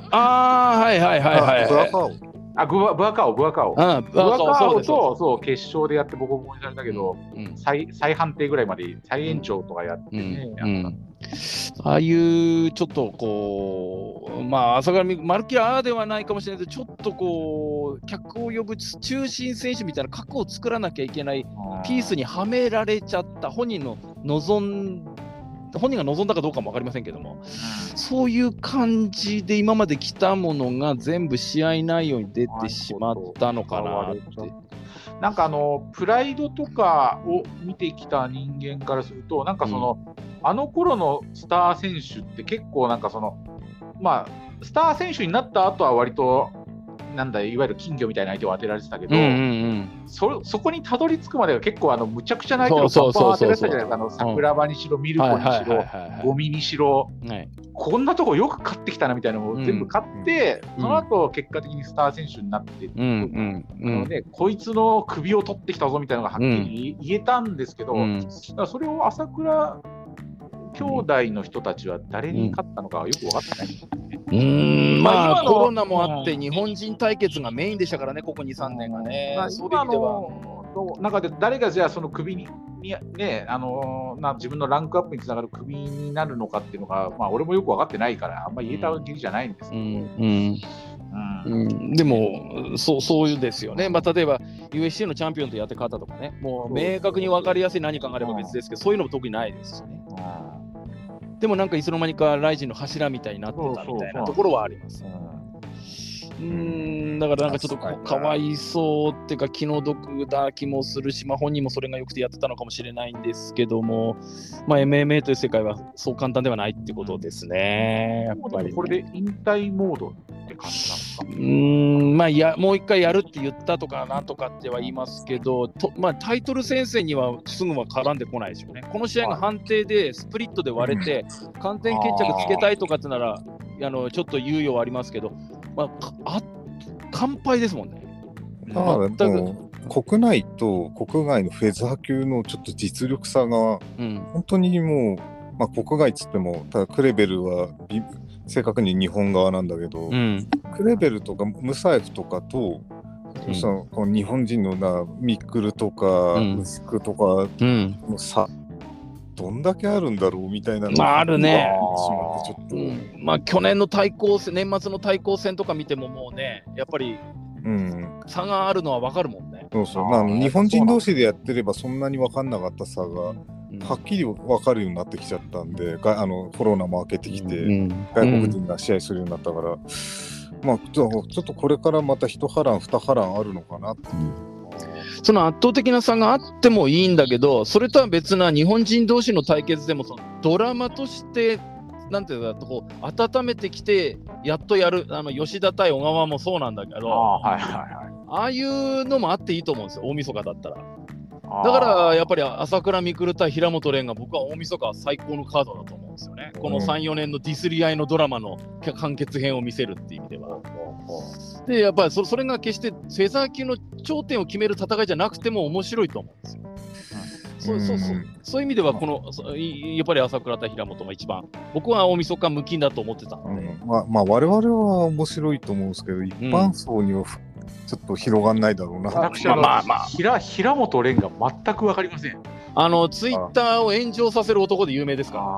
ブアカオとそう決勝でやってボコボコにされたけど、再判定ぐらいまで再延長とかやってね。 ああいうちょっとこう朝倉マルキラーではないかもしれないけど、ちょっとこう客を呼ぶ中心選手みたいな核を作らなきゃいけないピースにはめられちゃった。本人が望んだかどうかも分かりませんけども、そういう感じで今まで来たものが全部試合内容に出てしまったのかなって。 なんかプライドとかを見てきた人間からすると、なんかあの頃のスター選手って結構なんかスター選手になった後は割といわゆる金魚みたいな相手を当てられてたけど、そこにたどり着くまでは結構むちゃくちゃな相手を当てられてたじゃないですか。桜庭にしろミルコにしろゴミにしろ、こんなとこよく勝ってきたなみたいなのを全部勝って、その後結果的にスター選手になってこいつの首を取ってきたぞみたいなのがはっきり言えたんですけど、だからそれを朝倉兄弟の人たちは誰に勝ったのかはよく分かってない。 コロナもあって日本人対決がメインでしたからね、ここ 2,3 年がね。 今の中で誰がじゃあその首にね、自分のランクアップにつながる首になるのかっていうのが、俺もよく分かってないからあんまり言えたわけじゃないんですけど。 でもそういうですよね。例えば USC のチャンピオンとやって勝ったとかね、もう明確に分かりやすい何かがあれば別ですけど、そういうのも特にないですしね。でもなんかいつの間にかライジンの柱みたいになってたみたいなところはあります。だからなんかちょっとかわいそうっていうか気の毒だ気もするし、本人もそれが良くてやってたのかもしれないんですけども、MMA という世界はそう簡単ではないってことですね。やっぱりね。 これで引退モードって感じなんですか？ もう一回やるって言ったとかなんとかっては言いますけど、タイトル戦線にはすぐは絡んでこないですよね。この試合が判定でスプリットで割れて完全決着つけたいとかってならちょっと猶予はありますけど、 完敗ですもんね。 だから国内と国外のフェザー級のちょっと実力差が、本当にもう、国外っつっても、ただクレベルは正確に日本側なんだけど、クレベルとかムサエフとかと、そしたらこの日本人のミックルとか、ウスクとかの差、どんだけあるんだろうみたいなのがあるね。 ちょっと去年の対抗戦、年末の対抗戦とか見てももうね、やっぱり差があるのは分かるもんね。 そうそう、日本人同士でやってればそんなに分かんなかった差が、はっきり分かるようになってきちゃったんで、コロナも明けてきて、外国人が試合するようになったから、ちょっとこれからまた一波乱二波乱あるのかなっていう。 その圧倒的な差があってもいいんだけど、それとは別な日本人同士の対決でもそのドラマとしてなんていうかこう温めてきてやっとやる吉田対小川もそうなんだけど、ああいうのもあっていいと思うんですよ、大晦日だったら。だからやっぱり朝倉未来対平本蓮が僕は大晦日は最高のカードだと思うんですよね。この 3,4 年のディスり合いのドラマの完結編を見せるっていう意味では。でやっぱりそれが決してフェザー級の頂点を決める戦いじゃなくても面白いと思うんですよ。そういう意味ではやっぱり朝倉対平本が一番僕は大晦日向きだと思ってたので、 我々は面白いと思うんですけど、一般層にはちょっと広がんないだろうな。 私平本蓮が全く分かりません。 ツイッターを炎上させる男で有名ですから。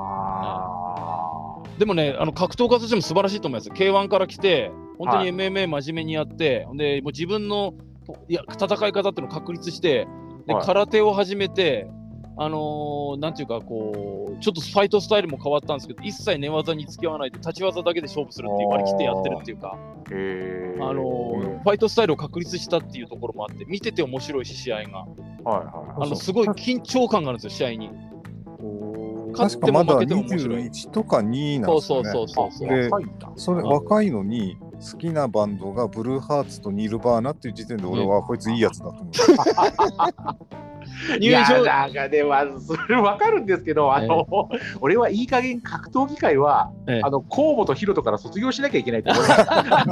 でもね、格闘家としても素晴らしいと思います。K1 から来て本当に MMA 真面目にやって、でもう自分の戦い方っていうのを確立してで、空手を始めて、なんていうかこうちょっとファイトスタイルも変わったんですけど、一切寝技に付き合わないで立ち技だけで勝負するっていう割り切ってやってるっていうか、ファイトスタイルを確立したっていうところもあって見てて面白いし、試合が、すごい緊張感があるんですよ、試合に。 確かまだ21とか2なんですよね。でそれ若いのに好きなバンドがブルーハーツとニルバーナっていう時点で俺はこいついいやつだと思う。 いやなんかね、それ分かるんですけど、俺はいい加減格闘技界は、河本大翔から卒業しなきゃいけないと思います。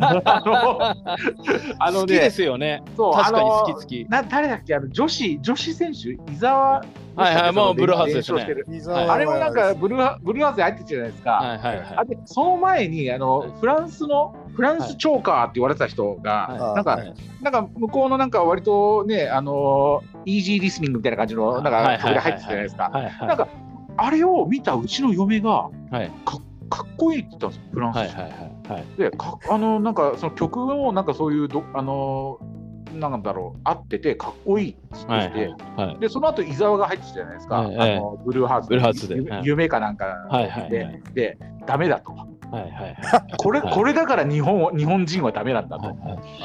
好きですよね。そう、確かに好き。 誰だっけ、女子選手伊沢。 もうブルーハーツですね。 あれもなんかブルーハーツで入ってるじゃないですか。その前にフランスチョーカーって言われてた人が、なんか向こうのなんか割とね、イージーリスニングみたいな感じのなんか曲で入ってたじゃないですか。なんかあれを見たうちの嫁がかっこいいって言ったんですよ、フランス。で、なんかその曲もなんかそういうなんだろう、合っててかっこいいって言ってて、でその後伊沢が入ってきたじゃないですか、ブルーハーツで夢かなんかでダメだと。これだから日本人はダメなんだと。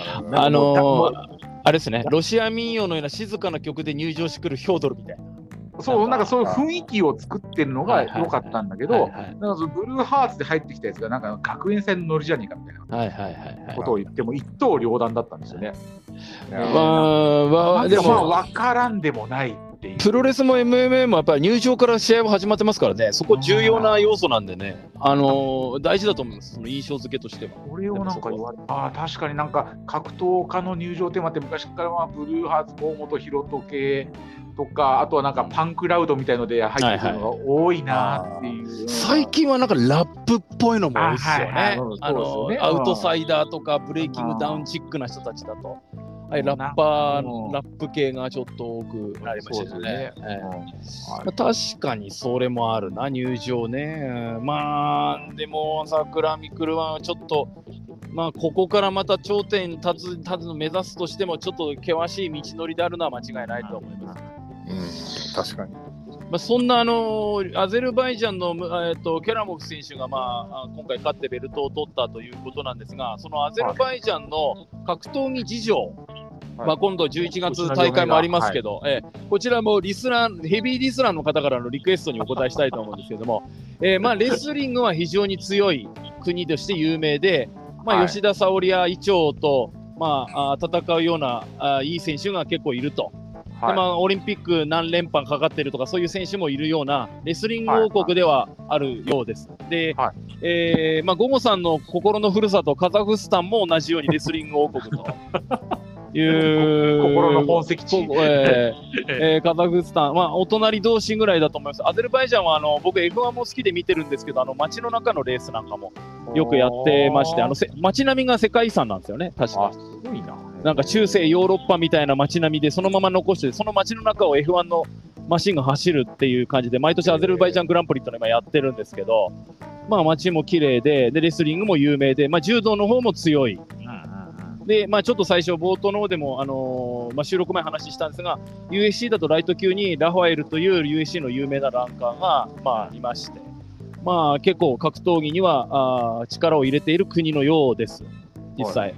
あれですね、ロシア民謡のような静かな曲で入場してくるヒョードルみたいな。 なんかそういう雰囲気を作ってるのが良かったんだけど、なんかブルーハーツで入ってきたやつがなんか学園祭のノリじゃねえかみたいなことを言っても一刀両断だったんですよね。でも分からんでもないっていう。 プロレスも MMA もやっぱり入場から試合は始まってますからね、そこ重要な要素なんでね、大事だと思います、その印象付けとしては。 これをなんか言われ確かになんか格闘家の入場テーマって昔からはブルーハーツ、河本大翔系とか、あとはなんかパンクラウドみたいので入ってくるのが多いなっていう。 最近はなんかラップっぽいのも多いですよね。アウトサイダーとかブレイキングダウンチックな人たちだと。ラップ系がちょっと多くなりましたね。確かにそれもあるな、入場ね。でも朝倉未来はちょっとここからまた頂点に立つの目指すとしてもちょっと険しい道のりであるのは間違いないと思います。 確かに。 そんなアゼルバイジャンの、ケラモフ選手が、今回勝ってベルトを取ったということなんですが、そのアゼルバイジャンの格闘技事情、今度11月大会もありますけど、こちらもヘビーリスナーの方からのリクエストにお答えしたいと思うんですけども、レスリングは非常に強い国として有名で、吉田沙保里や伊調と、戦うようないい選手が結構いると。 でオリンピック何連覇かかってるとかそういう選手もいるようなレスリング王国ではあるようです。で、ゴゴさんの心のふるさとカザフスタンも同じようにレスリング王国という心の本籍地、 カザフスタン、お隣同士ぐらいだと思います。アゼルバイジャンは僕 F1 も好きで見てるんですけど、街の中のレースなんかもよくやってまして、街並みが世界遺産なんですよね、確か。 すごいな。 なんか中世ヨーロッパみたいな街並みでそのまま残して、その街の中を F1 のマシンが走るっていう感じで、毎年アゼルバイジャングランプリってのを今やってるんですけど、街も綺麗で、レスリングも有名で、柔道の方も強い。で、ちょっと最初、冒頭の方でも、収録前話したんですが、USC だとライト級にラファエルという USC の有名なランカーが、いまして、結構格闘技には力を入れている国のようです、実際。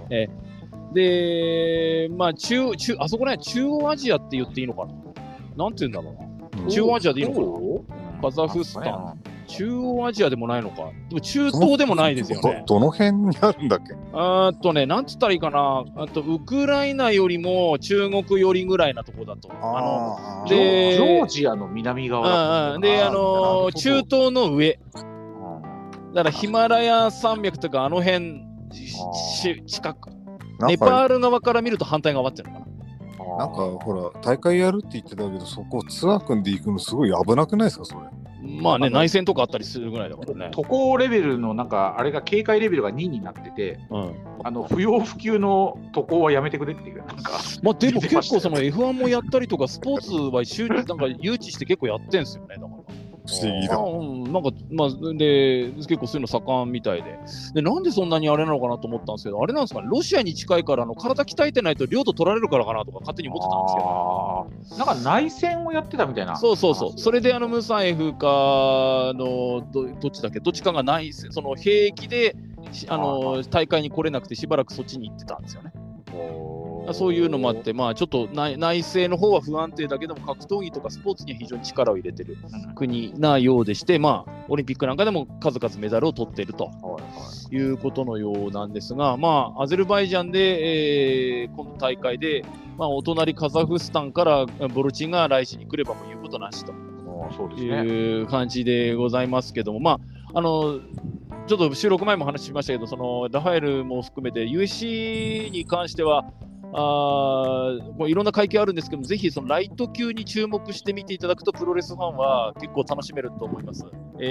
で、あそこね、中央アジアって言っていいのかな、なんて言うんだろうな。中央アジアでいいのかな、カザフスタン。中央アジアでもないのか。でも中東でもないですよね。 どの辺にあるんだっけ？ なんつったらいいかな。ウクライナよりも中国寄りぐらいなところだと。 ジョージアの南側だで、中東の上。だからヒマラヤ山脈とかあの辺近く。ネパール側から見ると反対側っていうのかな。 なんかほら大会やるって言ってたけど、そこツアー組んで行くのすごい危なくないですかそれ？ 内戦とかあったりするぐらいだからね。 渡航レベルのなんかあれが警戒レベルが2になってて、不要不急の渡航はやめてくれっていうなんか。 でも結構その F1 もやったりとかスポーツはなんか誘致して結構やってんすよね。だから不思議だ。 なんかで結構そういうの盛んみたいで、なんでそんなにあれなのかなと思ったんですけど、あれなんですかね、ロシアに近いから体鍛えてないと領土取られるからかなとか勝手に思ってたんですけど、 なんか内戦をやってたみたいな。 そう、それでムサエフかのどっちだっけ、どっちかが内戦、その兵役で大会に来れなくてしばらくそっちに行ってたんですよね。そういうのもあって、ちょっと内政の方は不安定だけども、格闘技とかスポーツには非常に力を入れてる国なようでして、オリンピックなんかでも数々メダルを取っているということのようなんですが、アゼルバイジャンで、今度大会で、お隣カザフスタンからボルチンが来日に来ればも言うことなしという感じでございますけども、ちょっと収録前も話しましたけど、そのラファエルも含めて USC に関してはいろんな階級あるんですけども、ぜひそのライト級に注目して見ていただくとプロレスファンは結構楽しめると思います。コ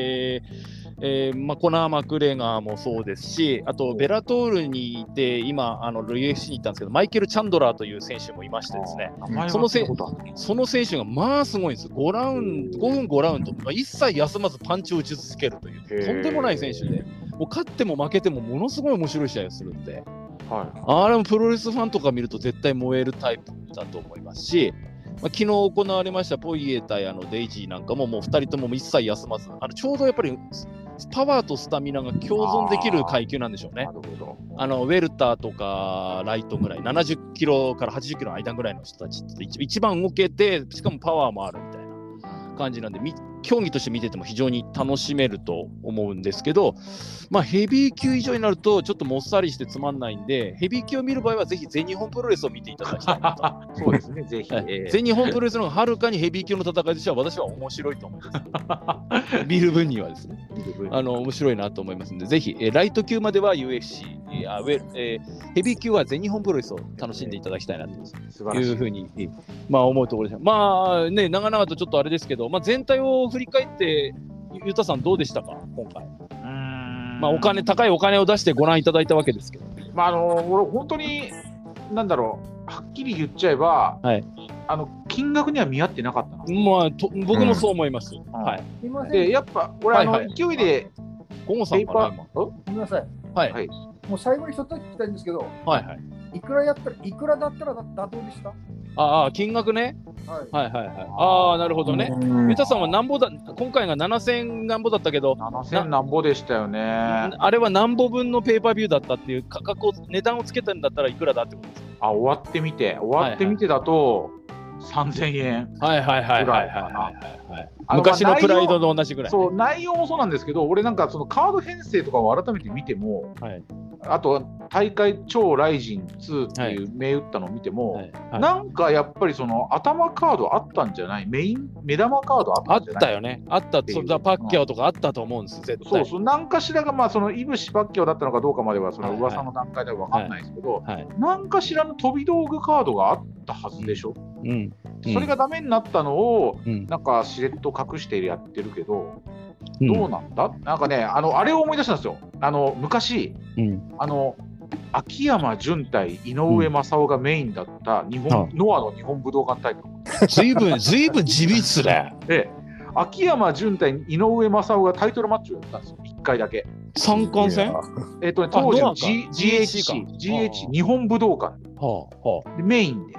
ナー・マクレガーもそうですし、あとベラトールにいて今UFC に行ったんですけど、マイケル・チャンドラーという選手もいましてですね、その選手がすごいんです。5分5ラウンド、一切休まずパンチを打ち続けるというとんでもない選手で、もう勝っても負けてもものすごい面白い試合をするんで、あれもプロレスファンとか見ると絶対燃えるタイプだと思いますし、昨日行われましたポイエ対デイジーなんかももう2人とも一切休まず、ちょうどやっぱりパワーとスタミナが共存できる階級なんでしょうね。ウェルターとかライトぐらい、70キロから80キロの間ぐらいの人たちって一番動けて、しかもパワーもあるみたいな感じなんで、競技として見てても非常に楽しめると思うんですけど、ヘビー級以上になるとちょっともっさりしてつまんないんで、ヘビー級を見る場合はぜひ全日本プロレスを見ていただきたいなと。 そうですね、ぜひ、 全日本プロレスの方がはるかにヘビー級の戦いとしては私は面白いと思います。見る分にはですね、面白いなと思いますので、ぜひ、ライト級までは UFC、ヘビー級は全日本プロレスを楽しんでいただきたいなというふうに、思うところです。長々とちょっとあれですけど、全体を振り返ってゆうたさんどうでしたか今回？高いお金を出してご覧いただいたわけですけど、 俺本当にはっきり言っちゃえば、金額には見合ってなかったな。 僕もそう思います。 でやっぱ俺勢いでゴモさんかな今。 ごめんなさい。もう最後に一つ聞きたいんですけど、いくらだったら妥当でした？ 金額ね。なるほどね。ゆたさんはなんぼだ、今回が7000なんぼだったけど、 7000なんぼでしたよね。 あれは何ぼ分のペーパービューだったっていう値段をつけたんだったらいくらだってことですか？ 終わってみてだと、 3000円はいはいはいはいはい昔のプライドと同じぐらい、 そう内容もそうなんですけど、俺なんかそのカード編成とかを改めて見ても、あと大会超ライジン2っていう銘打ったのを見ても、なんかやっぱりその頭カードあったんじゃない、目玉カードあったんじゃない。 あったよね、あった、そんなパッキャオとかあったと思うんです、絶対。 そう何かしらが、まあそのイブシパッキャオだったのかどうかまではその噂の段階では分かんないですけど、何かしらの飛び道具カードがあったはずでしょ。それがダメになったのを、なんかしれっと隠してやってるけど、どうなんだ、なんかね、あれを思い出したんですよ。昔、秋山純対井上正雄がメインだったノアの日本武道館大会。 ずいぶん地味っすね。 秋山純対井上正雄がタイトルマッチをやったんですよ、1回だけ。 三冠戦？ 当時の GH 日本武道館でメイン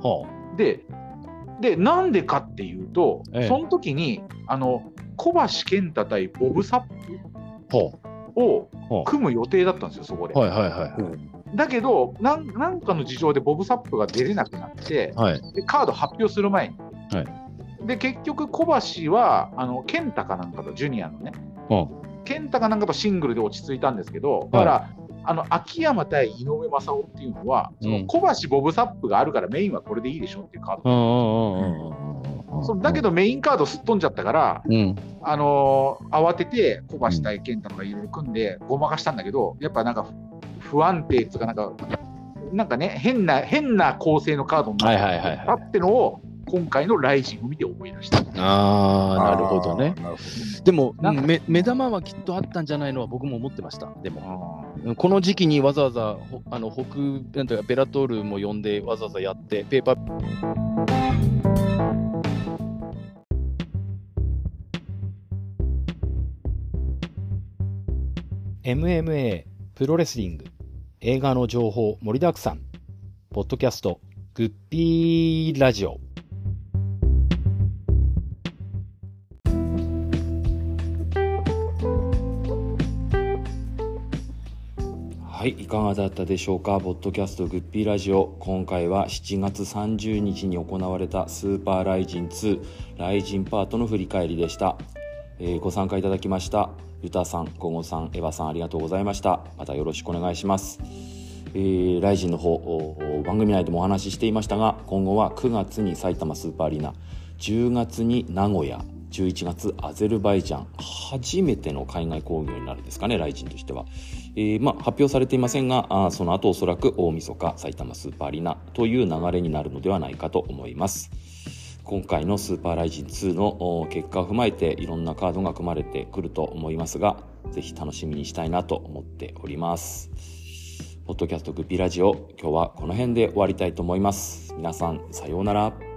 で、なんでかっていうと、その時に小橋健太対ボブ・サップを組む予定だったんですよ、そこで。だけどなんかの事情でボブ・サップが出れなくなって、でカード発表する前に、で結局小橋は健太かなんかとジュニアのね、健太かなんかとシングルで落ち着いたんですけど、だから秋山対井上正雄っていうのは、その小橋ボブ・サップがあるからメインはこれでいいでしょっていうカード。だけどメインカードすっ飛んじゃったから、慌てて小橋対健太とかいろいろ組んでごまかしたんだけど、やっぱなんか不安定っていうかなんかね変な構成のカードになったってのを今回のライジンを見て思い出した。 なるほどね。でも目玉はきっとあったんじゃないのは僕も思ってました。でもこの時期にわざわざなんていうかベラトールも呼んでわざわざやってペーパーMMA プロレスリング映画の情報盛りだくさんポッドキャストグッピーラジオ。 はい、いかがだったでしょうか。ポッドキャストグッピーラジオ、今回は7月30日に行われたスーパーライジン2ライジンパートの振り返りでした。ご参加いただきましたユタさん、ゴゴさん、エヴァさん、ありがとうございました。またよろしくお願いします。ライジンの方、番組内でもお話ししていましたが、今後は9月に埼玉スーパーアリーナ、10月に名古屋、11月アゼルバイジャン、初めての海外興行になるんですかね、ライジンとしては。発表されていませんが、その後おそらく大晦日埼玉スーパーアリーナという流れになるのではないかと思います。今回のスーパーライジン2の結果を踏まえていろんなカードが組まれてくると思いますが、ぜひ楽しみにしたいなと思っております。ポッドキャストグッピーラジオ、今日はこの辺で終わりたいと思います。皆さんさようなら。